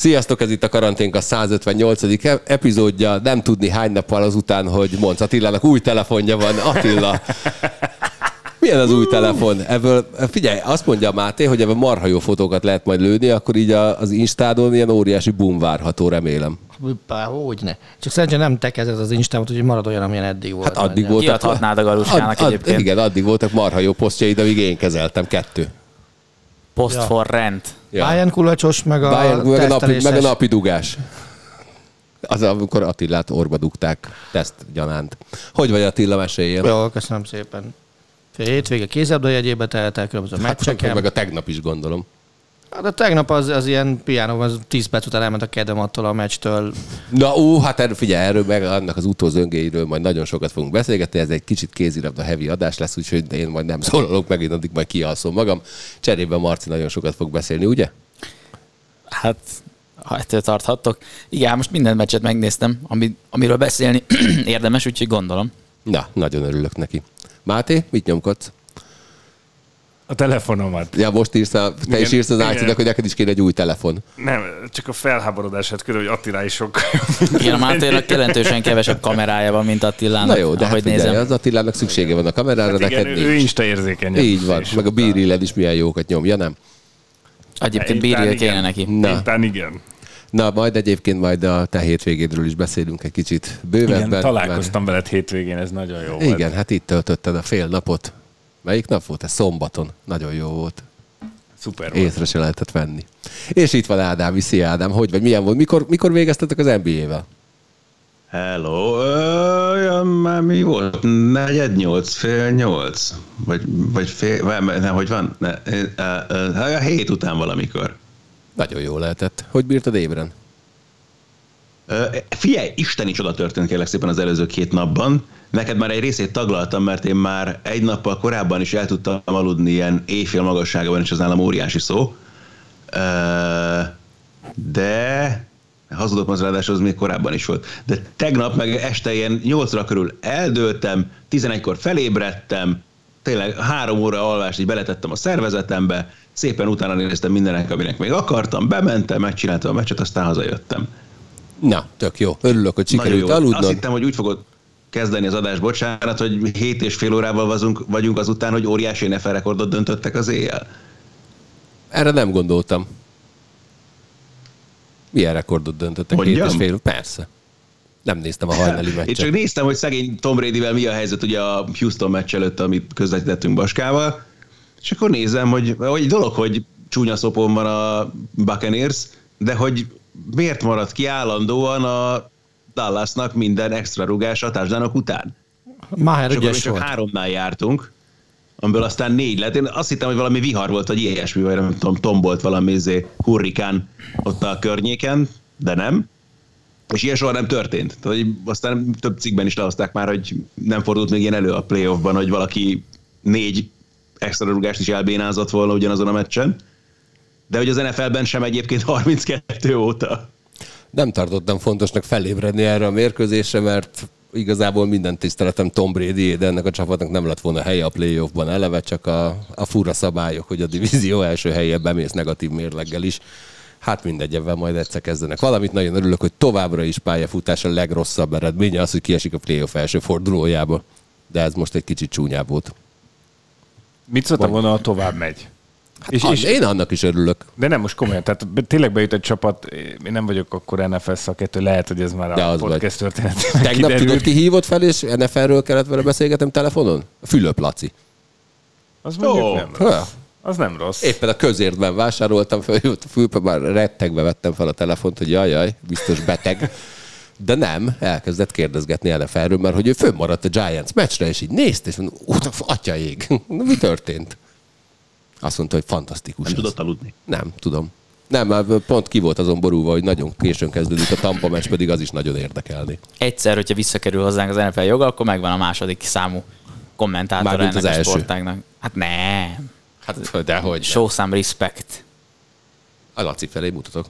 Sziasztok, ez itt a Karanténka 158. epizódja. Nem tudni hány nappal azután, hogy Monc Attilának új telefonja van. Attila, milyen az új telefon? Ebből, figyelj, azt mondja Máté, hogy ebből marha jó fotókat lehet majd lőni, akkor így az Instádon ilyen óriási boom várható, remélem. Hogyne. Csak szerencsére nem te kezded az Instámat, úgyhogy marad olyan, amilyen eddig volt. Hát addig voltak. Kiadhatnád a Galuskának egyébként. Igen, addig voltak marha jó posztjaid, amíg én kezeltem 2. Post for rent. Ja. Bayern kulacsos, meg a meg a napi dugás. Az, amikor Attilát orba dugták teszt gyanánt. Hogy vagy, Attila, meséljen? Jó, köszönöm szépen. Hétvége kézilabda jegyébe teltek, különböző meccseken. Meg a tegnap is gondolom. Hát a tegnap az ilyen piánó, az 10 perc után elment a kedvem attól a meccstől. Na hát figyelj, erről meg annak az utózöngéiről majd nagyon sokat fogunk beszélgetni, ez egy kicsit kézilabda heavy adás lesz, úgyhogy én majd nem szólalok meg, én addig majd kialszom magam. Cserében Marci nagyon sokat fog beszélni, ugye? Hát, ha ettől tarthattok. Igen, most minden meccset megnéztem, amiről beszélni érdemes, úgyhogy gondolom. Na, nagyon örülök neki. Máté, mit nyomkodsz? A telefonomat. Ja, most te is írsz az IT-nak, hogy neked is kéne egy új telefon. Nem, csak a felháborodását körül, hogy Attila is sokkal jobb. Igen, a Máténak jelentősen kevesebb kamerája van, mint Attilának. Na jó, de hát figyelj, az Attilának szüksége van a kamerára, hát neked nincs. Ő Insta érzékeny. Így van, meg a bírilled is milyen jókat nyomja, nem? Egyébként bíril kéne neki. Na. Igen. Na, majd a te hétvégédről is beszélünk egy kicsit bővebben. Igen, találkoztam veled hétvégén, ez nagyon jó volt. Igen, hát itt töltötted a fél napot. Melyik nap volt? Ez szombaton. Nagyon jó volt. Szuper volt. Észre se lehetett venni. És itt van Ádám, szia Ádám. Hogy vagy? Milyen volt? Mikor végeztetek az NBA-vel? Hello. Már mi volt? 7:30, fél 8? Vagy fél... Nem, hogy van? A 7 után valamikor. Nagyon jó lehetett. Hogy bírtad ébren? Figyelj, isteni csoda történt kérlek szépen az előző 2 napban. Neked már egy részét taglaltam, mert én már egy nappal korábban is el tudtam aludni ilyen éjfél magasságban, és az nálam óriási szó. De hazudok, az ráadásul az még korábban is volt. De tegnap meg este ilyen 8-ra körül eldőltem, 11-kor felébredtem, tényleg 3 óra alvást így beletettem a szervezetembe, szépen utána néztem mindenek, aminek még akartam, bementem, megcsináltam a meccset, aztán hazajöttem. Na, tök jó. Örülök, hogy sikerült aludnod. Azt hittem, hogy úgy fogod kezdeni az adást, bocsánat, hogy 7,5 órával vagyunk azután, hogy óriási NFL rekordot döntöttek az éjjel. Erre nem gondoltam. Milyen rekordot döntöttek? 7,5? Persze. Nem néztem a hajnali meccset. Én csak néztem, hogy szegény Tom Bradyvel mi a helyzet ugye a Houston meccs előtt, amit közvetítettünk Baskával, és akkor nézem, hogy dolog, hogy csúnya szopon van a Buccaneers, de hogy miért maradt ki állandóan a Dallasnak minden extra rugás a touchdownok után? Máher és ügyes akkor csak 3-nál jártunk, amiből aztán 4 lett. Én azt hittem, hogy valami vihar volt, vagy ilyesmi, vagy nem tudom, tombolt valami hurrikán ott a környéken, de nem. És ilyen soha nem történt. Tehát, aztán több cikkben is lehozták már, hogy nem fordult még ilyen elő a playoffban, hogy valaki 4 extra rugást is elbénázott volna ugyanazon a meccsen. De hogy az NFL-ben sem egyébként 32 óta. Nem tartottam fontosnak felébredni erre a mérkőzésre, mert igazából minden tiszteletem Tom Brady, de ennek a csapatnak nem lett volna helye a playoffban eleve, csak a fura szabályok, hogy a divízió első helyére bemész negatív mérleggel is. Hát mindegy, ebben majd egyszer kezdenek valamit. Nagyon örülök, hogy továbbra is pályafutás a legrosszabb eredménye az, hogy kiesik a playoff első fordulójába. De ez most egy kicsit csúnyább volt. Mit szóltam volna, ha tovább megy? És én annak is örülök. De nem, most komolyan, tehát tényleg bejut egy csapat, én nem vagyok akkor NFL szakértő, lehet, hogy ez már a podcast történetében tegnap tudod, ki hívott fel, és NFL-ről kellett vele beszélgetem telefonon? Fülöp Laci. Az mondjuk nem rossz. Az nem rossz. Éppen a közértben vásároltam fel, jött a Fülöp, már rettegve vettem fel a telefont, hogy jaj, biztos beteg. De nem, elkezdett kérdezgetni NFL-ről, mert hogy ő fönnmaradt a Giants meccsre, és így nézte, és mondta, atyaég, mi történt? Azt mondta, hogy fantasztikus. Nem tudott aludni? Nem, tudom. Nem, már pont ki volt azon borulva, hogy nagyon későn kezdődik a Tampa meccs, pedig az is nagyon érdekelni. Egyszer, hogyha visszakerül hozzánk az NFL joga, akkor megvan a második számú kommentátor ennek a sportágnak. Hát nem. Hát dehogy. Show some respect. A Laci felé mutatok.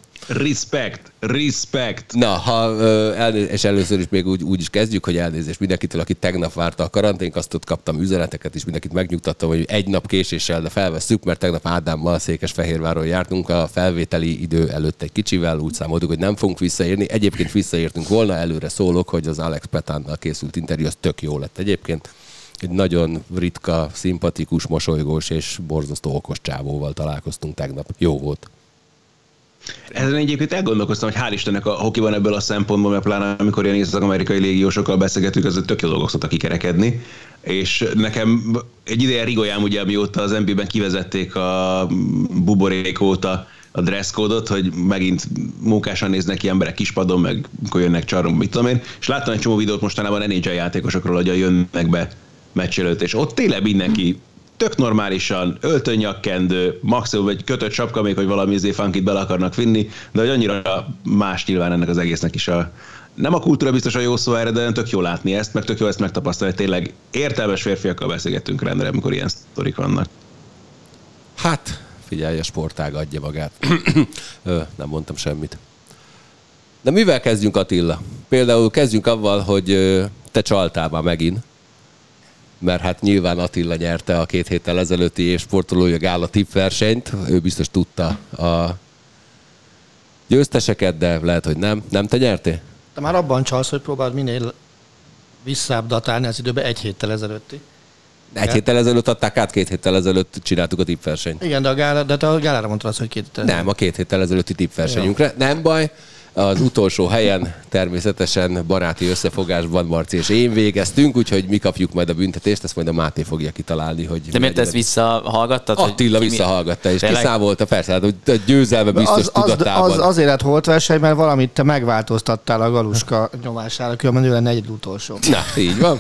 Respect. Na, és először is még úgy is kezdjük, hogy elnézést mindenkitől, aki tegnap várta a karanténkasztot, kaptam üzeneteket, és mindenkit megnyugtattam, hogy egy nap késéssel, de felvesszük, mert tegnap Ádámmal Székesfehérváron jártunk a felvételi idő előtt egy kicsivel, úgy számoltuk, hogy nem fogunk visszaérni. Egyébként visszaértünk volna, előre szólok, hogy az Alex Petánnal készült interjú, az tök jó lett egyébként. Egy nagyon ritka, szimpatikus, mosolygós és borzasztó okos csávóval találkoztunk tegnap. Jó volt. Ezen egyébként elgondolkoztam, hogy hál' Istennek a hokiban ebből a szempontból, mert pláne amikor ilyen észak-amerikai légiósokkal beszélgetünk, az tök jó dolgok szoktak kikerekedni. És nekem egy ideje Rigolyám, ugye, mióta az NBA-ben kivezették a buborék óta a dresscode-ot, hogy megint munkásan néznek ki emberek kispadon, meg amikor jönnek csaron, mit tudom én. És láttam egy csomó videót mostanában NHL játékosokról, hogy jönnek be meccs előtt, és ott tényleg mindenki tök normálisan, öltönnyakkendő, maximum egy kötött sapka még, hogy valami funkit bele akarnak vinni, de hogy annyira más nyilván ennek az egésznek is nem a kultúra biztos a jó szó erre, de tök jó látni ezt, meg tök jó ezt megtapasztalni, hogy tényleg értelmes férfiakkal beszélgettünk rendre, amikor ilyen sztorik vannak. Hát, figyelj, a sportág adja magát. Nem mondtam semmit. De mivel kezdjünk, Attila? Például kezdjünk avval, hogy te csaltál már megint, mert hát nyilván Attila nyerte a 2 héttel ezelőtti évsportolója gála tippversenyt, ő biztos tudta a győzteseket, de lehet, hogy nem. Nem te nyertél? Te már abban csalsz, hogy próbáld minél visszább datálni az időben 1 héttel ezelőtti. 1 héttel ezelőtt adták át, 2 héttel ezelőtt csináltuk a tippversenyt. Igen, de te a gálára mondtad azt, hogy 2 héttel ezelőtt. Nem, a 2 héttel ezelőtti tippversenyünkre. Nem baj. Az utolsó helyen természetesen baráti összefogásban Marci és én végeztünk, úgyhogy mi kapjuk majd a büntetést, ezt majd a Máté fogja kitalálni, hogy... De miért ezt visszahallgattad? Attila visszahallgatta, és kiszámolta, persze, hát a győzelme biztos tudatában. Azért lett holt verseny, mert valamit te megváltoztattál a Galuska nyomására, különben ő lenne egy utolsó. Na, így van.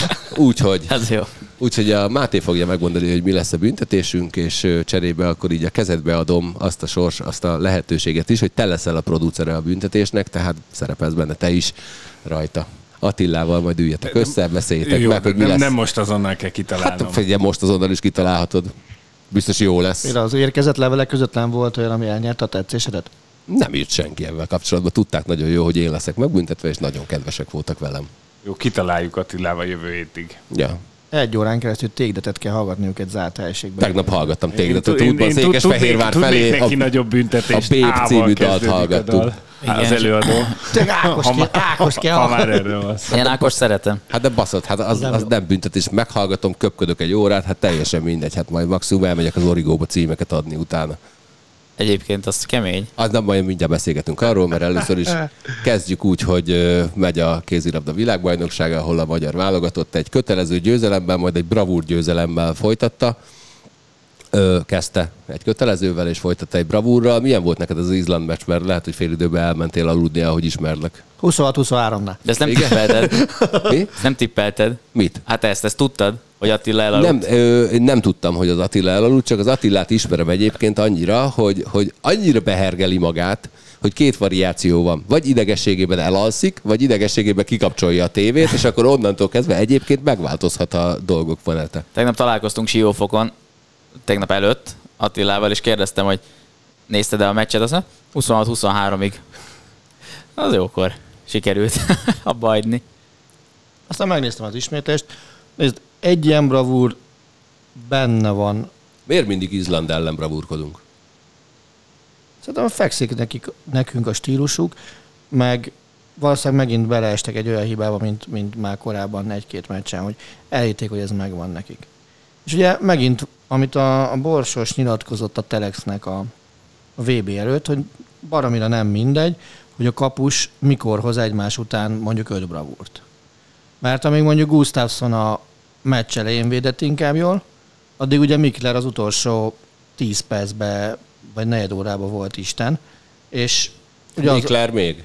Úgyhogy a Máté fogja megmondani, hogy mi lesz a büntetésünk, és cserébe akkor így a kezedbe adom azt a lehetőséget is, hogy te leszel a producere a büntetésnek, tehát szerepelsz benne te is rajta. Attilával majd üljetek össze, beszéljétek meg, hogy mi lesz. Nem most azonnal kell kitalálnom. Hát figyelj, most azonnal is kitalálhatod. Biztos jó lesz. Mire az érkezett levelek között nem volt olyan, ami elnyerte a tetszésedet? Nem írt senki ebben kapcsolatban. Tudták nagyon jó, hogy én leszek megbüntetve, és nagyon kedvesek voltak velem. Jó, kitaláljuk Attilával jövő hétig. Ja. 1 órán keresztül tégdetet kell hallgatni őket zárt helyiségben. Tegnap hallgattam tégdetet az útban Székesfehérvár felé. Tudnék neki nagyobb büntetést. A Bép című dalt hallgattuk. Az előadó. Ákos kell. Ha már erről van szó. Én Ákos szeretem. Hát de baszott, hát az nem büntetés. Meghallgatom, köpködök egy órát, hát teljesen mindegy. Hát majd maximum elmegyek az Origóba címeket adni utána. Egyébként az kemény. Az nem baj, mindjárt beszélgetünk arról, mert először is kezdjük úgy, hogy megy a kézilabda világbajnokság, ahol a magyar válogatott egy kötelező győzelemmel, majd egy bravúr győzelemmel folytatta. Kezdte egy kötelezővel, és folytatta egy bravúrral. Milyen volt neked az Izland meccs? Mert lehet, hogy fél időben elmentél aludni, ahogy ismerlek. 26-23-nál. De ezt nem tippelted. Mi? Ezt nem tippelted. Mit? Hát ezt tudtad, hogy Attila elaludt? Nem tudtam, hogy az Attila elaludt, csak az Attilát ismerem egyébként annyira, hogy annyira behergeli magát, hogy 2 variáció van. Vagy idegességében elalszik, vagy idegességében kikapcsolja a tévét, és akkor onnantól kezdve egyébként megváltozhat a dolgok vonete. Tegnap találkoztunk Siófokon, tegnap előtt Attilával, és kérdeztem, hogy nézted-e a meccset, azt mondta, 26-23-ig. Az jókor sikerült abba hagyni. Aztán megnéztem az ismétést. Nézd, egy ilyen bravúr benne van. Miért mindig Izland ellen bravúrkodunk? Szerintem fekszik nekünk a stílusuk, meg valószínűleg megint beleestek egy olyan hibába, mint már korábban 1-2 meccsen, hogy elhitték, hogy ez megvan nekik. És ugye megint, amit a Borsos nyilatkozott a Telexnek a VB előtt, hogy baromira nem mindegy, hogy a kapus mikor hoz egymás után mondjuk 5 bravúrt. Mert amíg mondjuk Gustafsson a meccs elején védett inkább jól, addig ugye Mikler az utolsó 10 percben vagy 4 órában volt Isten. És ugye Mikler még?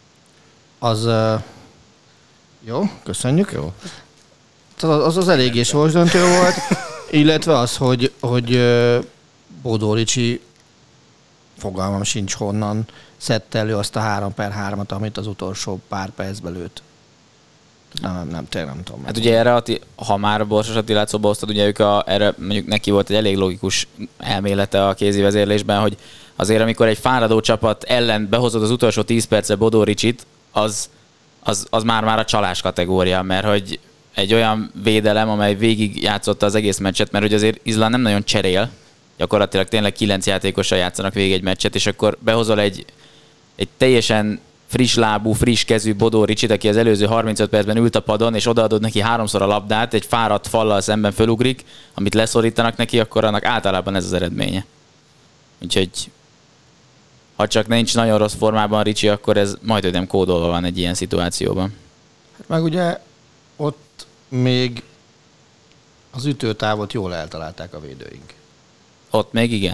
Jó, köszönjük. Jó. Az eléggé sorsdöntő volt, illetve az, hogy Bodó Ricsi fogalmam sincs honnan szedte elő azt a 3x3-at, amit az utolsó pár percben lőtt. Nem tudom. Hát ugye erre, ha már a Borsos Attilát szóba hoztad, ugye erre mondjuk neki volt egy elég logikus elmélete a kézi vezérlésben, hogy azért amikor egy fáradó csapat ellen behozod az utolsó 10 percet Bodó Ricsit, az már a csalás kategória, mert hogy egy olyan védelem, amely végig játszotta az egész meccset, mert hogy azért Izland nem nagyon cserél, gyakorlatilag tényleg 9 játékossal játszanak végig egy meccset, és akkor behozol egy teljesen friss lábú, friss kezű Bodó Ricsit, aki az előző 35 percben ült a padon, és odaadod neki 3-szor a labdát, egy fáradt fallal szemben fölugrik, amit leszorítanak neki, akkor annak általában ez az eredménye. Úgyhogy ha csak nincs nagyon rossz formában Ricsi, akkor ez majd nem kódolva van egy ilyen szituációban. Hát meg ugye ott még az ütőtávot jól eltalálták a védőink. Ott még igen.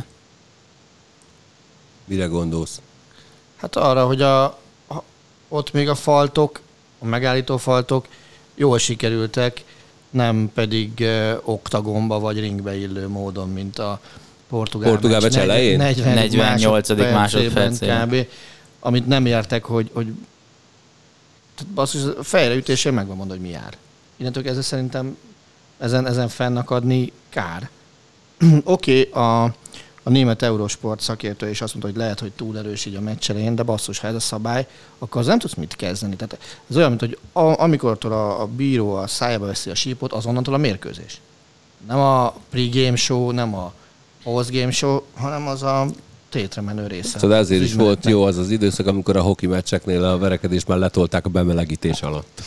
Mire gondolsz? Hát arra, hogy ott még a faltok, a megállító faltok jól sikerültek, nem pedig oktagonba vagy ringbe illő módon, mint a portugál meccs elején? 48. másodpercében kb. Amit nem értek, hogy basszus, a fejreütésén meg van mondani, hogy mi jár. Innentől kezdve szerintem ezen fennakadni kár. Oké, a német Eurosport szakértő is azt mondta, hogy lehet, hogy túl erős így a meccs elején, de basszus, ha ez a szabály, akkor az nem tudsz mit kezdeni. Tehát ez olyan, mint hogy amikortól a bíró a szájába veszi a sípot, azonnantól a mérkőzés. Nem a pre-game show, nem a post-game show, hanem az a tétre menő része. Szóval ezért is volt jó az az időszak, amikor a hoki meccseknél a verekedés már letolták a bemelegítés alatt.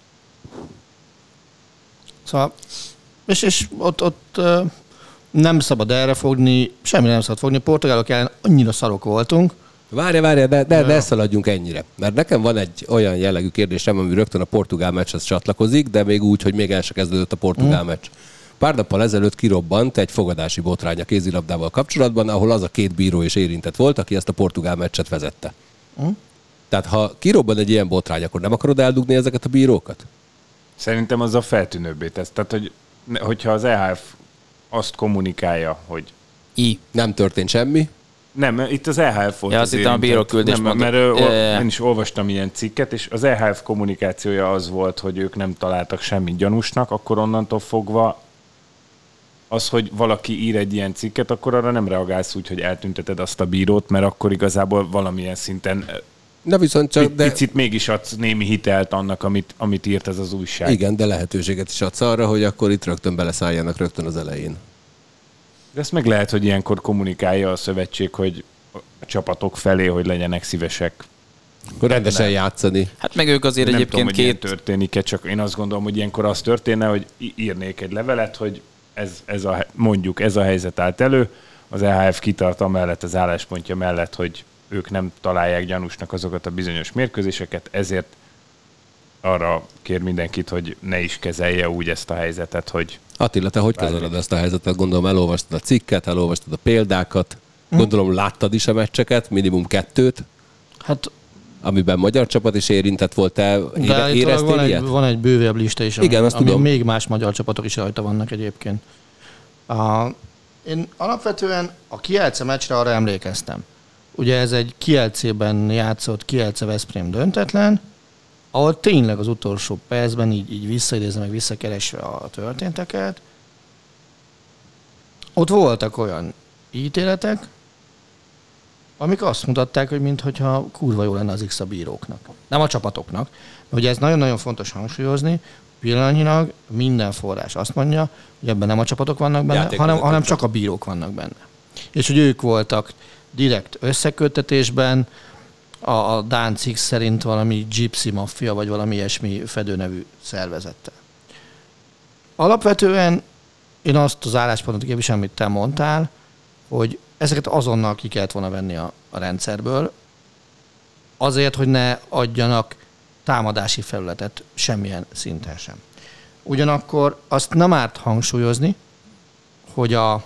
Szóval, és ott nem szabad erre fogni, semmi nem szabad fogni. A portugálok ellen annyira szarok voltunk. Várja, de ne szaladjunk ennyire. Mert nekem van egy olyan jellegű kérdésem, ami rögtön a portugál meccshez csatlakozik, de még úgy, hogy még el se kezdődött a portugál meccs. Pár nappal ezelőtt kirobbant egy fogadási botrány a kézilabdával kapcsolatban, ahol az a 2 bíró is érintett volt, aki ezt a portugál meccset vezette. Tehát ha kirobban egy ilyen botrány, akkor nem akarod eldugni ezeket a bírókat? Szerintem az a feltűnőbbé tesz. Tehát, hogyha az EHF azt kommunikálja, hogy nem történt semmi. Nem, itt az EHF volt. Ja, azt hittem a bíróküldés mert én is olvastam ilyen cikket, és az EHF kommunikációja az volt, hogy ők nem találtak semmit gyanúsnak, akkor onnantól fogva az, hogy valaki ír egy ilyen cikket, akkor arra nem reagálsz úgy, hogy eltünteted azt a bírót, mert akkor igazából valamilyen szinten de viszont csak, picit mégis adsz némi hitelt annak, amit írt ez az újság. Igen, de lehetőséget is adsz arra, hogy akkor itt rögtön beleszálljanak rögtön az elején. De ezt meg lehet, hogy ilyenkor kommunikálja a szövetség, hogy a csapatok felé, hogy legyenek szívesek. Akkor rendesen játszani. Hát meg ők azért nem egyébként tudom, hogy történik-e, csak én azt gondolom, hogy ilyenkor az történne, hogy írnék egy levelet, hogy ez a helyzet állt elő, az EHF kitart amellett, az álláspontja mellett, hogy ők nem találják gyanúsnak azokat a bizonyos mérkőzéseket, ezért arra kér mindenkit, hogy ne is kezelje úgy ezt a helyzetet, hogy... Attila, te hogy kezeled ezt a helyzetet? Gondolom elolvastad a cikket, elolvastad a példákat, gondolom láttad is a meccseket, minimum 2. Hát amiben magyar csapat is érintett volt. Te éreztél ilyet? Van egy bővebb lista is, igen, azt tudom. Még más magyar csapatok is rajta vannak egyébként. Én alapvetően a Kielce meccsre arra emlékeztem. Ugye ez egy Kielcében játszott Kielce Veszprém döntetlen, ahol tényleg az utolsó percben így visszaidézve, meg visszakeresve a történteket. Ott voltak olyan ítéletek, amik azt mutatták, hogy mintha kurva jó lenne az X a bíróknak. Nem a csapatoknak. Ugye ez nagyon-nagyon fontos hangsúlyozni, pillanatnyilag minden forrás azt mondja, hogy ebben nem a csapatok vannak benne, hanem csak a bírók vannak benne. És hogy ők voltak direkt összeköttetésben, a dán cikk szerint valami Gypsy Mafia, vagy valami ilyesmi fedőnevű szervezettel. Alapvetően én azt az álláspontot képviselem, amit te mondtál, hogy ezeket azonnal ki kellett volna venni a rendszerből, azért, hogy ne adjanak támadási felületet semmilyen szinten sem. Ugyanakkor azt nem árt hangsúlyozni, hogy az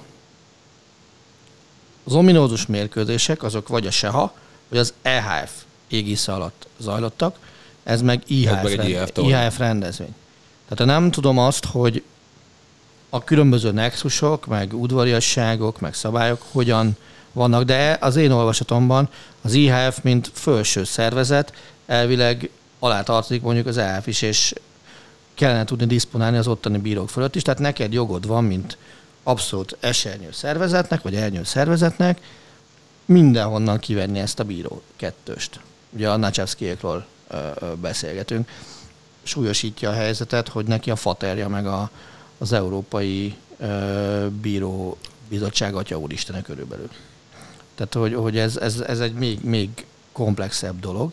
ominózus mérkőzések, azok vagy a SEHA, vagy az EHF égisze alatt zajlottak, ez meg IHF rendezvény. Tehát nem tudom azt, hogy a különböző nexusok, meg udvariasságok, meg szabályok hogyan vannak, de az én olvasatomban az IHF, mint felső szervezet, elvileg alá tartozik mondjuk az EHF is, és kellene tudni diszponálni az ottani bírók fölött is, tehát neked jogod van, mint abszolút esernyő szervezetnek, vagy ernyő szervezetnek, mindenhonnan kivenni ezt a bíró kettőst. Ugye a Nachevskiékról beszélgetünk. Súlyosítja a helyzetet, hogy neki a faterja meg az Európai Bíró Bizottság atya úristene körülbelül. Tehát, hogy ez egy még komplexebb dolog.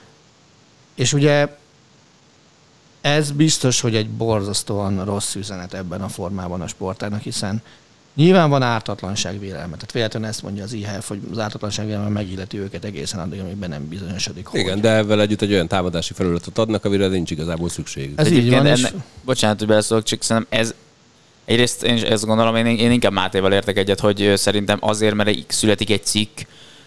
És ugye ez biztos, hogy egy borzasztóan rossz üzenet ebben a formában a sportágnak, hiszen nyilván van ártatlanságvélelme. Tehát véletlenül ezt mondja az IHF, hogy az ártatlanságvélelme megilleti őket egészen addig, amíg be nem bizonyosodik. Igen, hogy. de ezzel együtt egy olyan támadási felületet adnak, amire nincs igazából szükségük. Ez így van, bocsánat, hogy beleszólok, csak szerintem ez egyrészt én ezt gondolom, én inkább Mátéval értek egyet, hogy szerintem azért, mert születik egy cikk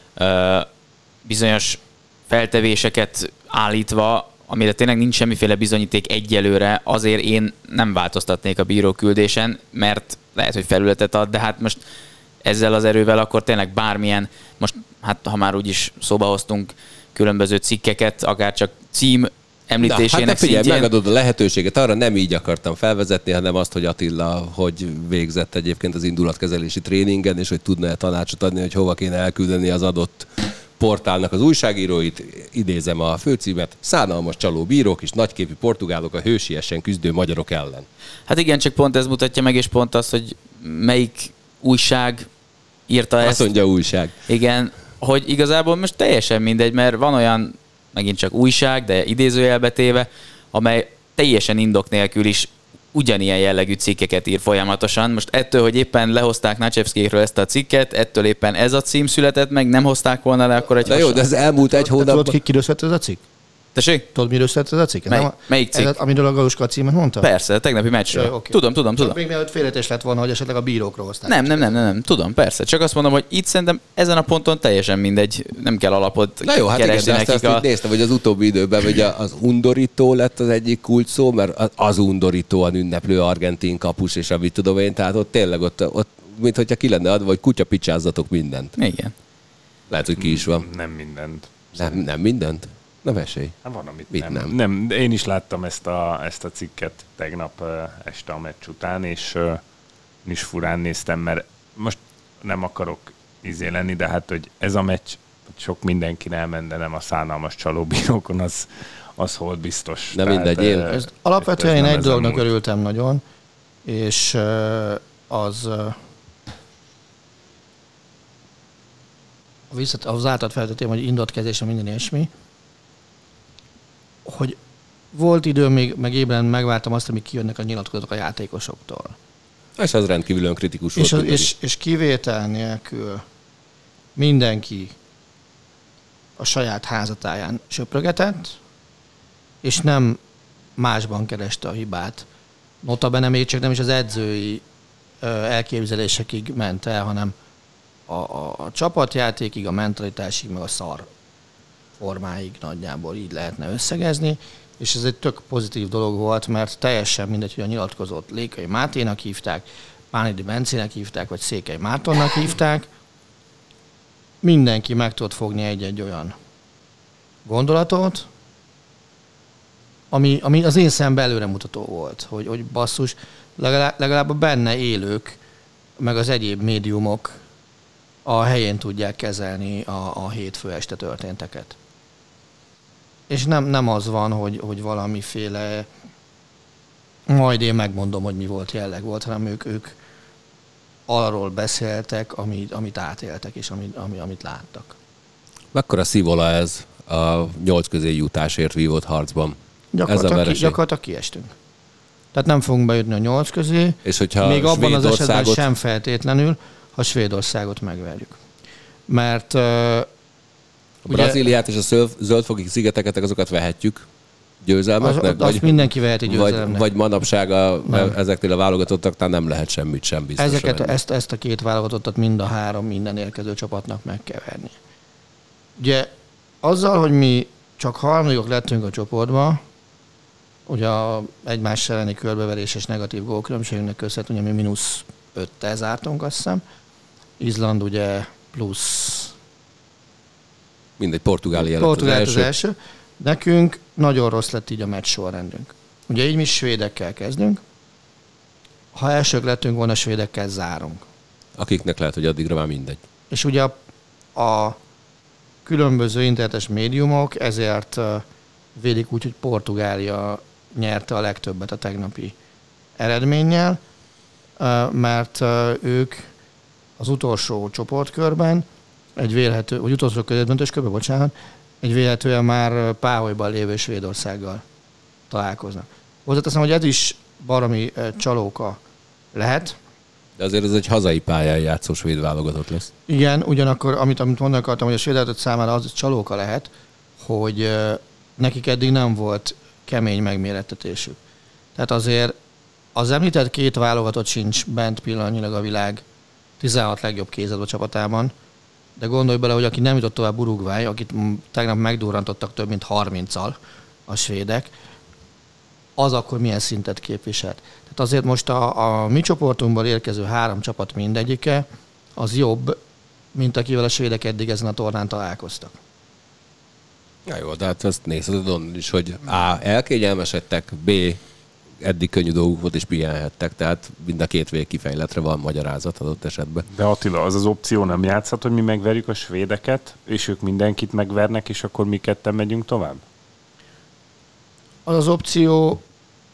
bizonyos feltevéseket állítva, amire tényleg nincs semmiféle bizonyíték egyelőre, azért én nem változtatnék a bíróküldésen, mert lehet, hogy felületet ad, de hát most ezzel az erővel akkor tényleg bármilyen, most hát ha már úgyis szóba hoztunk különböző cikkeket, akár csak cím említésének hát figyelj, szintjén. megadod a lehetőséget, arra nem így akartam felvezetni, hanem azt, hogy Attila hogy végzett egyébként az indulatkezelési tréningen, és hogy tudna-e tanácsot adni, hogy hova kéne elküldeni az adott portálnak az újságíróit. Idézem a főcímet: szánalmas csaló bírók és nagyképű portugálok a hősiesen küzdő magyarok ellen. Hát igen, csak pont ez mutatja meg, és pont az, hogy melyik újság írta ezt. Azt mondja újság. Igen, hogy igazából most teljesen mindegy, mert van olyan, megint csak újság, de idézőjelbe téve, amely teljesen indok nélkül is ugyanilyen jellegű cikkeket ír folyamatosan. Most ettől, hogy éppen lehozták Nachevskiékről ezt a cikket, ettől éppen ez a cím született meg, nem hozták volna le, akkor egy Na jó, de ez elmúlt egy hónapban. Tudod, kiről született ez a cikk? Tessék? Tudod, miről született ez a cikk? Melyik cikk? Ez, amiről a Galuska a címet mondta? Persze, tegnapi meccsről. Okay. Tudom. Még mielőtt félretés lett volna, hogy esetleg a bírókról hozták. Nem. Tudom, persze. Csak azt mondom, hogy itt szerintem ezen a ponton teljesen mindegy. Nem kell alapot Na jó, hát igen, keresni de nekik. azt néztem, hogy az utóbbi időben hogy az undorító lett az egyik kulcs szó, mert az undorítóan ünneplő argentin kapus, és amit tudom én, tehát ott tényleg ott mint hogyha ki lenne adva, hogy kutya picsázzatok mindent. Igen. Lehet, hogy ki is van. Nem mindent. Nem mindent? Na mesélj. Hát van, amit Mit nem. Én is láttam ezt a cikket tegnap este a meccs után, és is furán néztem, mert most nem akarok lenni, de hát, hogy ez a meccs sok mindenki elment, de nem a szánalmas csalóbírókon, az hol biztos. De mindegy, én... Alapvetően én egy dolognak örültem nagyon, és az által feltettem, hogy indottkezésre minden ilyesmi, hogy volt időm még, meg ébren megvártam azt, amíg kijönnek a nyilatkozatok a játékosoktól. És az rendkívül kritikus volt. És kivétel nélkül mindenki a saját házatáján söprögetett, és nem másban kereste a hibát. Notabene még csak nem is az edzői elképzelésekig ment el, hanem a csapatjátékig, a mentalitásig, meg a szar formáig nagyjából így lehetne összegezni, és ez egy tök pozitív dolog volt, mert teljesen mindegy, hogy a nyilatkozót Lékai Máténak hívták, Pánidi Bencének hívták, vagy Székely Mártonnak hívták, mindenki meg tudott fogni egy-egy olyan gondolatot, ami az én szemben előremutató volt, hogy basszus, legalább a benne élők, meg az egyéb médiumok a helyén tudják kezelni a hétfő este történteket. És nem az van, hogy valamiféle majd én megmondom, hogy mi volt jelleg volt, hanem ők arról beszéltek, amit átéltek, és amit láttak. Mekkora szívola ez a 8 közé jutásért vívott harcban? Gyakorlatilag kiestünk. Tehát nem fogunk bejutni a 8 közé, és hogyha még abban az esetben sem feltétlenül, ha Svédországot megverjük. Mert a Brazíliát és a zöldfoki szigeteket, azokat vehetjük győzelmeknek? Azt mindenki veheti győzelemnek. Vagy manapság ezeknél a válogatottaknál nem lehet semmit sem biztos. Ezt a két válogatottat mind a három minden érkező csapatnak meg kell verni. Ugye azzal, hogy mi csak harmadikok lettünk a csoportba, ugye a egymás elleni körbeveréses negatív gólkülönbségünknek köszönhetően, mi -5-tel zártunk, azt hiszem. Izland ugye plusz... Mindegy, Portugália az első. Nekünk nagyon rossz lett így a meccs sorrendünk. Ugye így mi svédekkel kezdünk. Ha elsők lettünk volna, svédekkel zárunk. Akiknek lehet, hogy addigra már mindegy. És ugye a különböző internetes médiumok ezért védik úgy, hogy Portugália nyerte a legtöbbet a tegnapi eredménnyel, mert ők az utolsó csoportkörben, vagy utolsó középdöntős körben, bocsánat, egy véletlenül már páholyban lévő Svédországgal találkoznak. Hozzáteszem, hogy ez is baromi csalóka lehet. De azért ez egy hazai pályán játszó svéd válogatott lesz. Igen, ugyanakkor, amit mondani akartam, hogy a svéd válogatott számára az csalóka lehet, hogy nekik eddig nem volt kemény megmérettetésük. Tehát azért az említett két válogatott sincs bent pillanatnyilag a világ 16 legjobb kézilabda csapatában, de gondolj bele, hogy aki nem jutott tovább Uruguay, akit tegnap megdurrantottak több mint 30-al a svédek, az akkor milyen szintet képviselt. Tehát azért most a mi csoportunkból érkező 3 csapat mindegyike az jobb, mint akivel a svédek eddig ezen a tornán találkoztak. Ja jó, de hát azt nézheted onnan is, hogy A. elkényelmesedtek, B. eddig könnyű dolguk volt és pihenhettek, tehát mind a két végkifejletre van magyarázat adott esetben. De Attila, az opció nem játszhat, hogy mi megverjük a svédeket, és ők mindenkit megvernek, és akkor mi ketten megyünk tovább? Az opció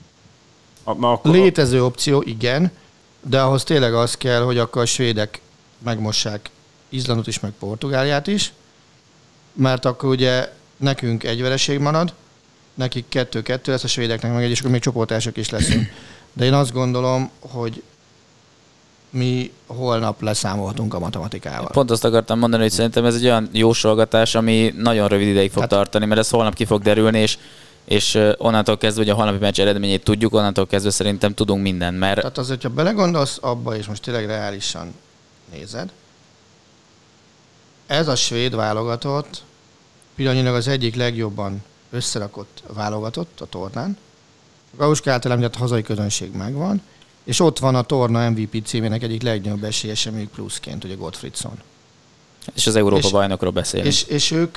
létező opció, igen, de ahhoz tényleg az kell, hogy akkor a svédek megmossák Izlandot is, meg Portugáliát is, mert akkor ugye nekünk egy vereség marad, nekik 2-2 lesz, a svédeknek meg egy, és akkor még csoportások is leszünk. De én azt gondolom, hogy mi holnap leszámolhatunk a matematikával. Pont azt akartam mondani, hogy szerintem ez egy olyan jósolgatás, ami nagyon rövid ideig fog tartani, mert ez holnap ki fog derülni, és onnantól kezdve, hogy a holnapi meccs eredményét tudjuk, onnantól kezdve szerintem tudunk mindent, mert... Tehát azért, ha belegondolsz abba, és most tényleg reálisan nézed, ez a svéd válogatott pillanatnyilag az egyik legjobban összerakott válogatott a tornán. A Gauska által említett hazai közönség megvan, és ott van a torna MVP címének egyik legnagyobb esélyese még pluszként, ugye Gottfriedson. És az Európa bajnokról beszélünk. És ők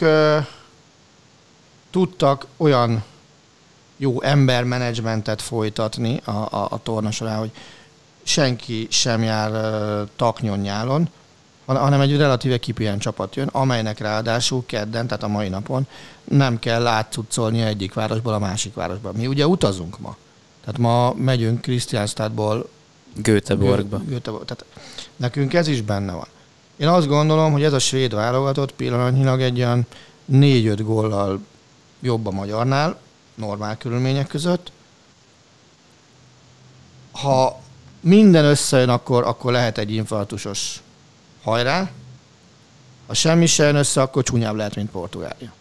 tudtak olyan jó embermenedzsmentet folytatni a torna során, hogy senki sem jár taknyon nyálon, hanem egy relatíve kipihent csapat jön, amelynek ráadásul kedden, tehát a mai napon nem kell átcuccolni egyik városból a másik városba. Mi ugye utazunk ma. Tehát ma megyünk Kristianstadtból Göteborgba. Tehát nekünk ez is benne van. Én azt gondolom, hogy ez a svéd válogatott pillanatnyilag egy olyan 4-5 góllal jobb a magyarnál, normál körülmények között. Ha minden összejön, akkor lehet egy infarktusos hajrá. Ha semmi se jön össze, akkor csúnyább lehet, mint Portugália.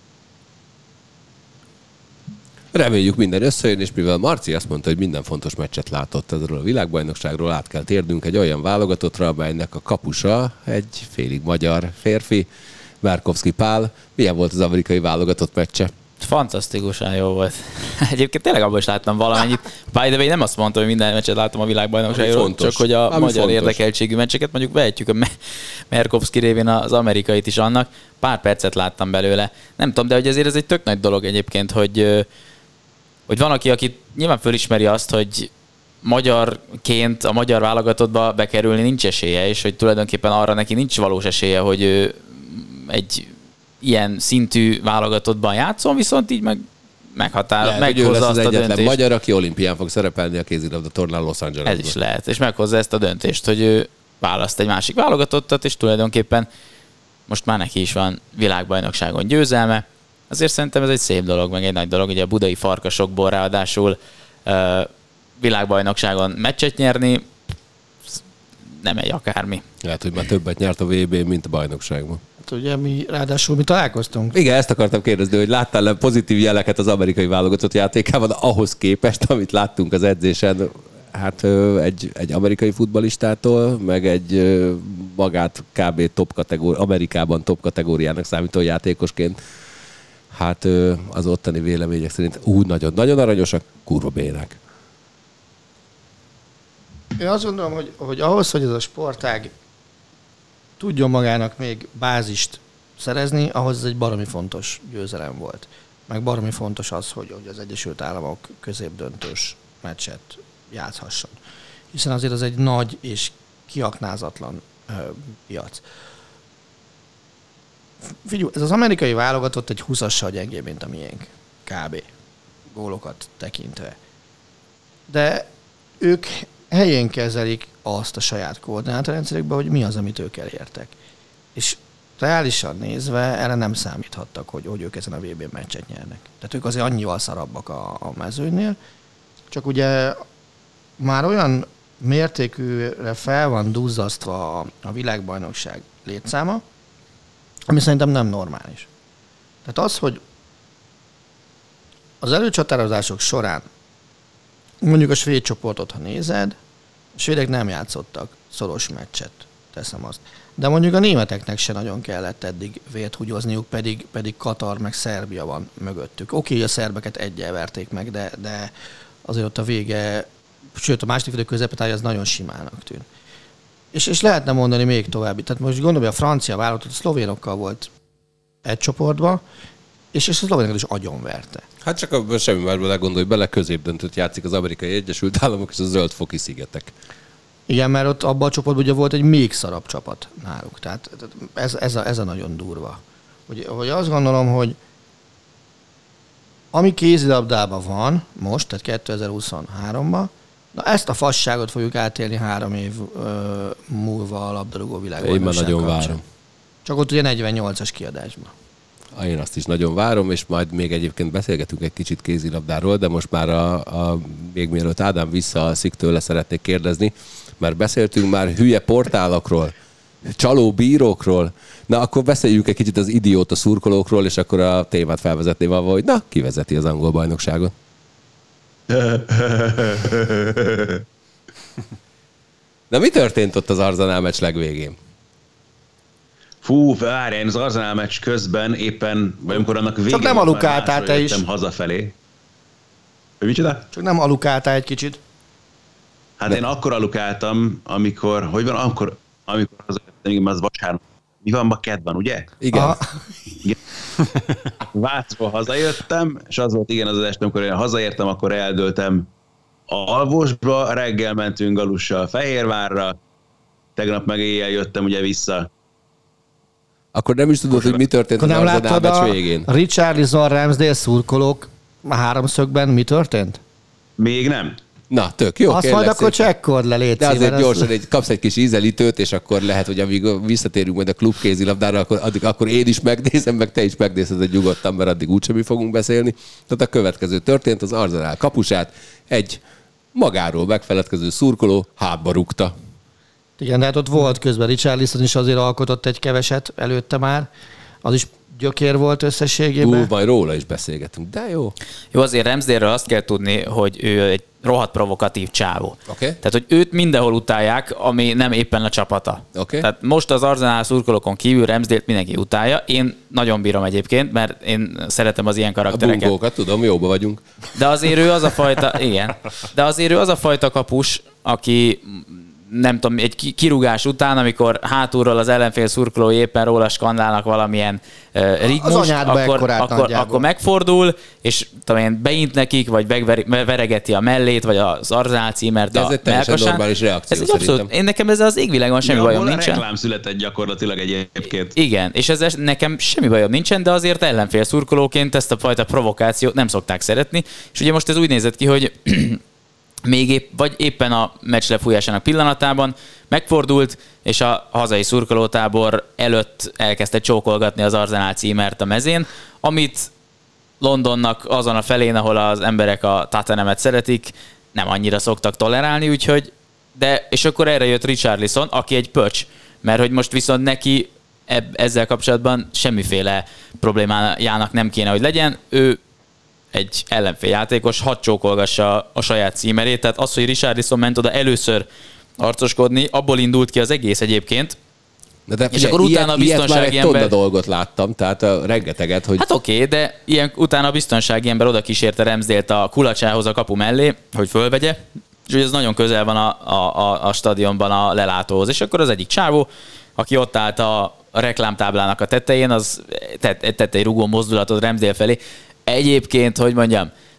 Reméljük minden összejön, és mivel Marci azt mondta, hogy minden fontos meccset látott ezről a világbajnokságról, át kell térnünk egy olyan válogatottra, amelynek a kapusa egy félig magyar férfi, Berkovszky Pál. Milyen volt az amerikai válogatott meccse? Fantasztikusan jó volt. Egyébként tényleg abban is láttam valamennyit. By the way, nem azt mondtam, hogy minden meccset láttam a világbajnokságról, csak hogy a magyar fontos érdekeltségű meccseket, mondjuk vehetjük a Merkovszky révén az amerikait is annak. Pár percet láttam belőle. Nem tudom, de hogy azért ez egy tök nagy dolog egyébként, hogy van aki nyilván fölismeri azt, hogy magyarként a magyar válogatottba bekerülni nincs esélye, és hogy tulajdonképpen arra neki nincs valós esélye, hogy egy ilyen szintű válogatottban játszom, viszont így meghozza azt a döntést. Magyar, aki olimpián fog szerepelni a kézilabda tornán Los Angelesben. Ez is lehet, és meghozza ezt a döntést, hogy ő választ egy másik válogatottat, és tulajdonképpen most már neki is van világbajnokságon győzelme. Azért szerintem ez egy szép dolog, meg egy nagy dolog, ugye a budai farkasokból ráadásul világbajnokságon meccset nyerni, nem egy akármi. Lehet, hogy már többet nyert a VB-n, mint a bajnokságban. Hát ugye mi találkoztunk. Igen, ezt akartam kérdezni, hogy láttál-e pozitív jeleket az amerikai válogatott játékában, ahhoz képest, amit láttunk az edzésen, hát egy amerikai futballistától, meg egy magát kb. Amerikában top kategóriának számító játékosként. Hát az ottani vélemények szerint nagyon aranyosak, kurva bének. Én azt gondolom, hogy ahhoz, hogy ez a sportág tudjon magának még bázist szerezni, ahhoz ez egy baromi fontos győzelem volt. Meg baromi fontos az, hogy az Egyesült Államok középdöntős meccset játszhasson. Hiszen azért az egy nagy és kiaknázatlan piac. Figyelj, ez az amerikai válogatott egy 20-assal gyengébb, mint a miénk. Kb. Gólokat tekintve. De ők helyén kezelik azt a saját koordinátorrendszerükben, hogy mi az, amit ők elértek. És reálisan nézve erre nem számíthattak, hogy ők ezen a VB meccset nyernek. Tehát ők azért annyival szarabbak a mezőnynél, csak ugye már olyan mértékűre fel van duzzasztva a világbajnokság létszáma, ami szerintem nem normális. Tehát az, hogy az előcsatározások során mondjuk a svéd csoportot, ha nézed, a svédek nem játszottak szoros meccset, teszem azt. De mondjuk a németeknek se nagyon kellett eddig vért húgyozniuk, pedig Katar meg Szerbia van mögöttük. Oké, a szerbeket egyel verték meg, de azért ott a vége, sőt a második idő közepetája az nagyon simának tűnt. És lehetne mondani még további. Tehát most gondolom, hogy a francia válogatott a szlovénokkal volt egy csoportban, és a szlovénokat is agyonverte. Hát csak abban semmi másban gondolj bele, középdöntőt játszik az Amerikai Egyesült Államok és a Zöld-foki szigetek. Igen, mert ott abban a csoportban ugye volt egy még szarabb csapat náluk. Tehát ez a nagyon durva. Hogy azt gondolom, hogy ami kézilabdában van most, tehát 2023-ban, na ezt a fasságot fogjuk átélni 3 év múlva a labdarúgó világbajnokság. Én már nagyon várom. Csak ott ugye 48-as kiadásban. Én azt is nagyon várom, és majd még egyébként beszélgetünk egy kicsit kézilabdáról, de most már még mielőtt Ádám visszaalszik tőle, szeretnék kérdezni, mert beszéltünk már hülye portálokról, csaló bírókról, na akkor beszéljünk egy kicsit az idióta szurkolókról, és akkor a témát felvezetném avval, hogy na, ki vezeti az angol bajnokságot? Na mi történt ott az Arsenal meccs legvégén? Fú, várj, én az Arsenal meccs közben éppen, vagy amikor annak végén... Csak nem alukáltál te is. Hazafelé. Hogy micsoda? Csak nem alukáltál egy kicsit. Hát én akkor alukáltam, amikor hazajöttem, az vasárnap. Mi van, ma kedd van, ugye? Igen. Igen. Vácról hazajöttem, és az volt, igen, az este, amikor én hazaértem, akkor eldöltem Alvosba, reggel mentünk Galussal Fehérvárra, tegnap meg éjjel jöttem ugye vissza. Akkor nem is tudod, hogy mi történt az Arsenal meccs végén? A Richarlison Ramsdale szurkolók háromszögben mi történt? Még nem. Na, tök jó. Azt majd akkor csekkord le, légy de azért gyorsan az... kapsz egy kis ízelítőt, és akkor lehet, hogy amíg visszatérünk majd a klubkézilabdára, akkor én is megnézem, meg te is megnézed egy nyugodtan, mert addig úgysem mi fogunk beszélni. Tehát a következő történt, az Arsenal kapusát egy magáról megfeledkező szurkoló hátba rúgta. Igen, de hát ott volt közben Richarlison is azért alkotott egy keveset előtte már. Az is gyökér volt összességében. Majd róla is beszélgetünk, de jó. Jó, azért Ramsdale-ről azt kell tudni, hogy ő egy rohadt provokatív csávó. Okay. Tehát, hogy őt mindenhol utálják, ami nem éppen a csapata. Okay. Tehát most az Arsenal szurkolókon kívül Ramsdale-t mindenki utálja. Én nagyon bírom egyébként, mert én szeretem az ilyen karaktereket. A bungókat, tudom, jóba vagyunk. De azért ő az a fajta, igen, de azért ő az a fajta kapus, aki nem tudom, egy kirúgás után, amikor hátulról az ellenfél szurkolói éppen róla skandálnak valamilyen rigmust, akkor megfordul, és tudom én, beint nekik, vagy veregeti a mellét, vagy az Arsenal címert a melkasán. Ez egy teljesen normális reakció ez abszolút, én nekem ezzel az égvilágon semmi bajom nincsen. Reklám született gyakorlatilag egyébként. Igen, és ezzel nekem semmi bajom nincsen, de azért ellenfél szurkolóként ezt a fajta provokációt nem szokták szeretni, és ugye most ez úgy nézett ki, hogy vagy éppen a meccs lefújásának pillanatában megfordult, és a hazai szurkolótábor előtt elkezdte csókolgatni az Arsenal címert a mezén, amit Londonnak azon a felén, ahol az emberek a Tottenhamet szeretik, nem annyira szoktak tolerálni, úgyhogy, és akkor erre jött Richarlison, aki egy pöcs, mert hogy most viszont neki ezzel kapcsolatban semmiféle problémájának nem kéne, hogy legyen, ő egy ellenfél játékos, hadd csókolgassa a saját címerét, tehát az, hogy Richarlison ment oda először arcoskodni, abból indult ki az egész egyébként. De és akkor utána a biztonsági ember... dolgot láttam, tehát rengeteget, hogy... Hát oké, de utána a biztonsági ember oda kísérte Ramsdale-t a kulacsához a kapu mellé, hogy fölvegye, és hogy ez nagyon közel van a stadionban a lelátóhoz. És akkor az egyik csávó, aki ott állt a reklámtáblának a tetején, az tett egy rugó mozdulatot Ramsdale felé. Egyébként, hogy mondjam, szóval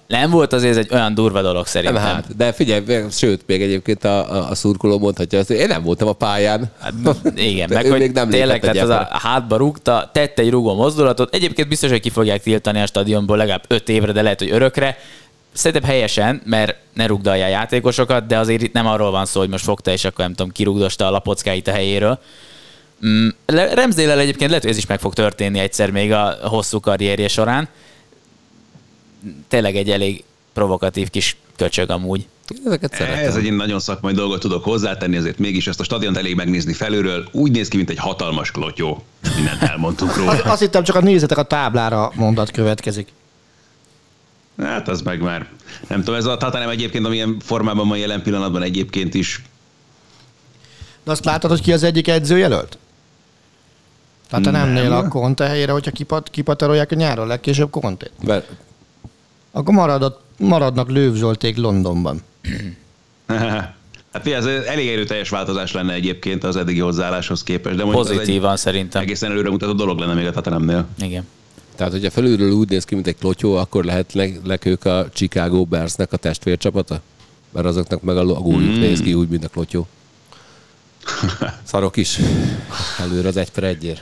Nem volt azért ez egy olyan durva dolog szerintem. Nem, hát, de figyelj, sőt, még egyébként a szurkoló mondhatja azt, hogy én nem voltam a pályán. Hát, igen, De meg ő hogy még nem tényleg, lépett tehát az egyáltalán. a hátba rúgta, tette egy rúgó mozdulatot. Egyébként biztos, hogy ki fogják tiltani a stadionból legalább 5 évre, de lehet, hogy örökre. Szerintem helyesen, mert ne rugdalja a játékosokat, de azért itt nem arról van szó, hogy most fogta és akkor nem tudom, kirugdosta a lapockáit a helyéről. Ramsdale-el egyébként lehet, hogy ez is meg fog történni egyszer még a hosszú karrierje során. Tényleg egy elég provokatív kis köcsög amúgy. Ezeket szeretem. Ez egy nagyon szakmai dolgot tudok hozzátenni, azért mégis ezt a stadiont elég megnézni felülről. Úgy néz ki, mint egy hatalmas klotyó. Mindent elmondtunk róla. Azt hittem, csak a nézzetek a táblára mondat következik. Hát az meg már. Nem tudom, ez a Tottenham egyébként, amilyen formában van jelen pillanatban egyébként is. De azt látod, hogy ki az egyik edzőjelölt? Tehát te nem nél a Conte helyére, hogyha kipatarolják a nyáron legkésőbb Contét. Akkor maradnak Löw Zsolték Londonban. Hát ez elég erőteljes változás lenne egyébként az eddigi hozzáálláshoz képest. De Pozitívan szerintem. Egészen előremutató dolog lenne még a Tottenhamnél. Igen. Tehát, hogyha felülről úgy néz ki, mint egy klotyó, akkor lehetnek ők a Chicago Bearsnek a testvércsapata? Mert azoknak meg a logójuk néz ki úgy, mint a klotyó. Szarok is. Előre az 1-1-ért.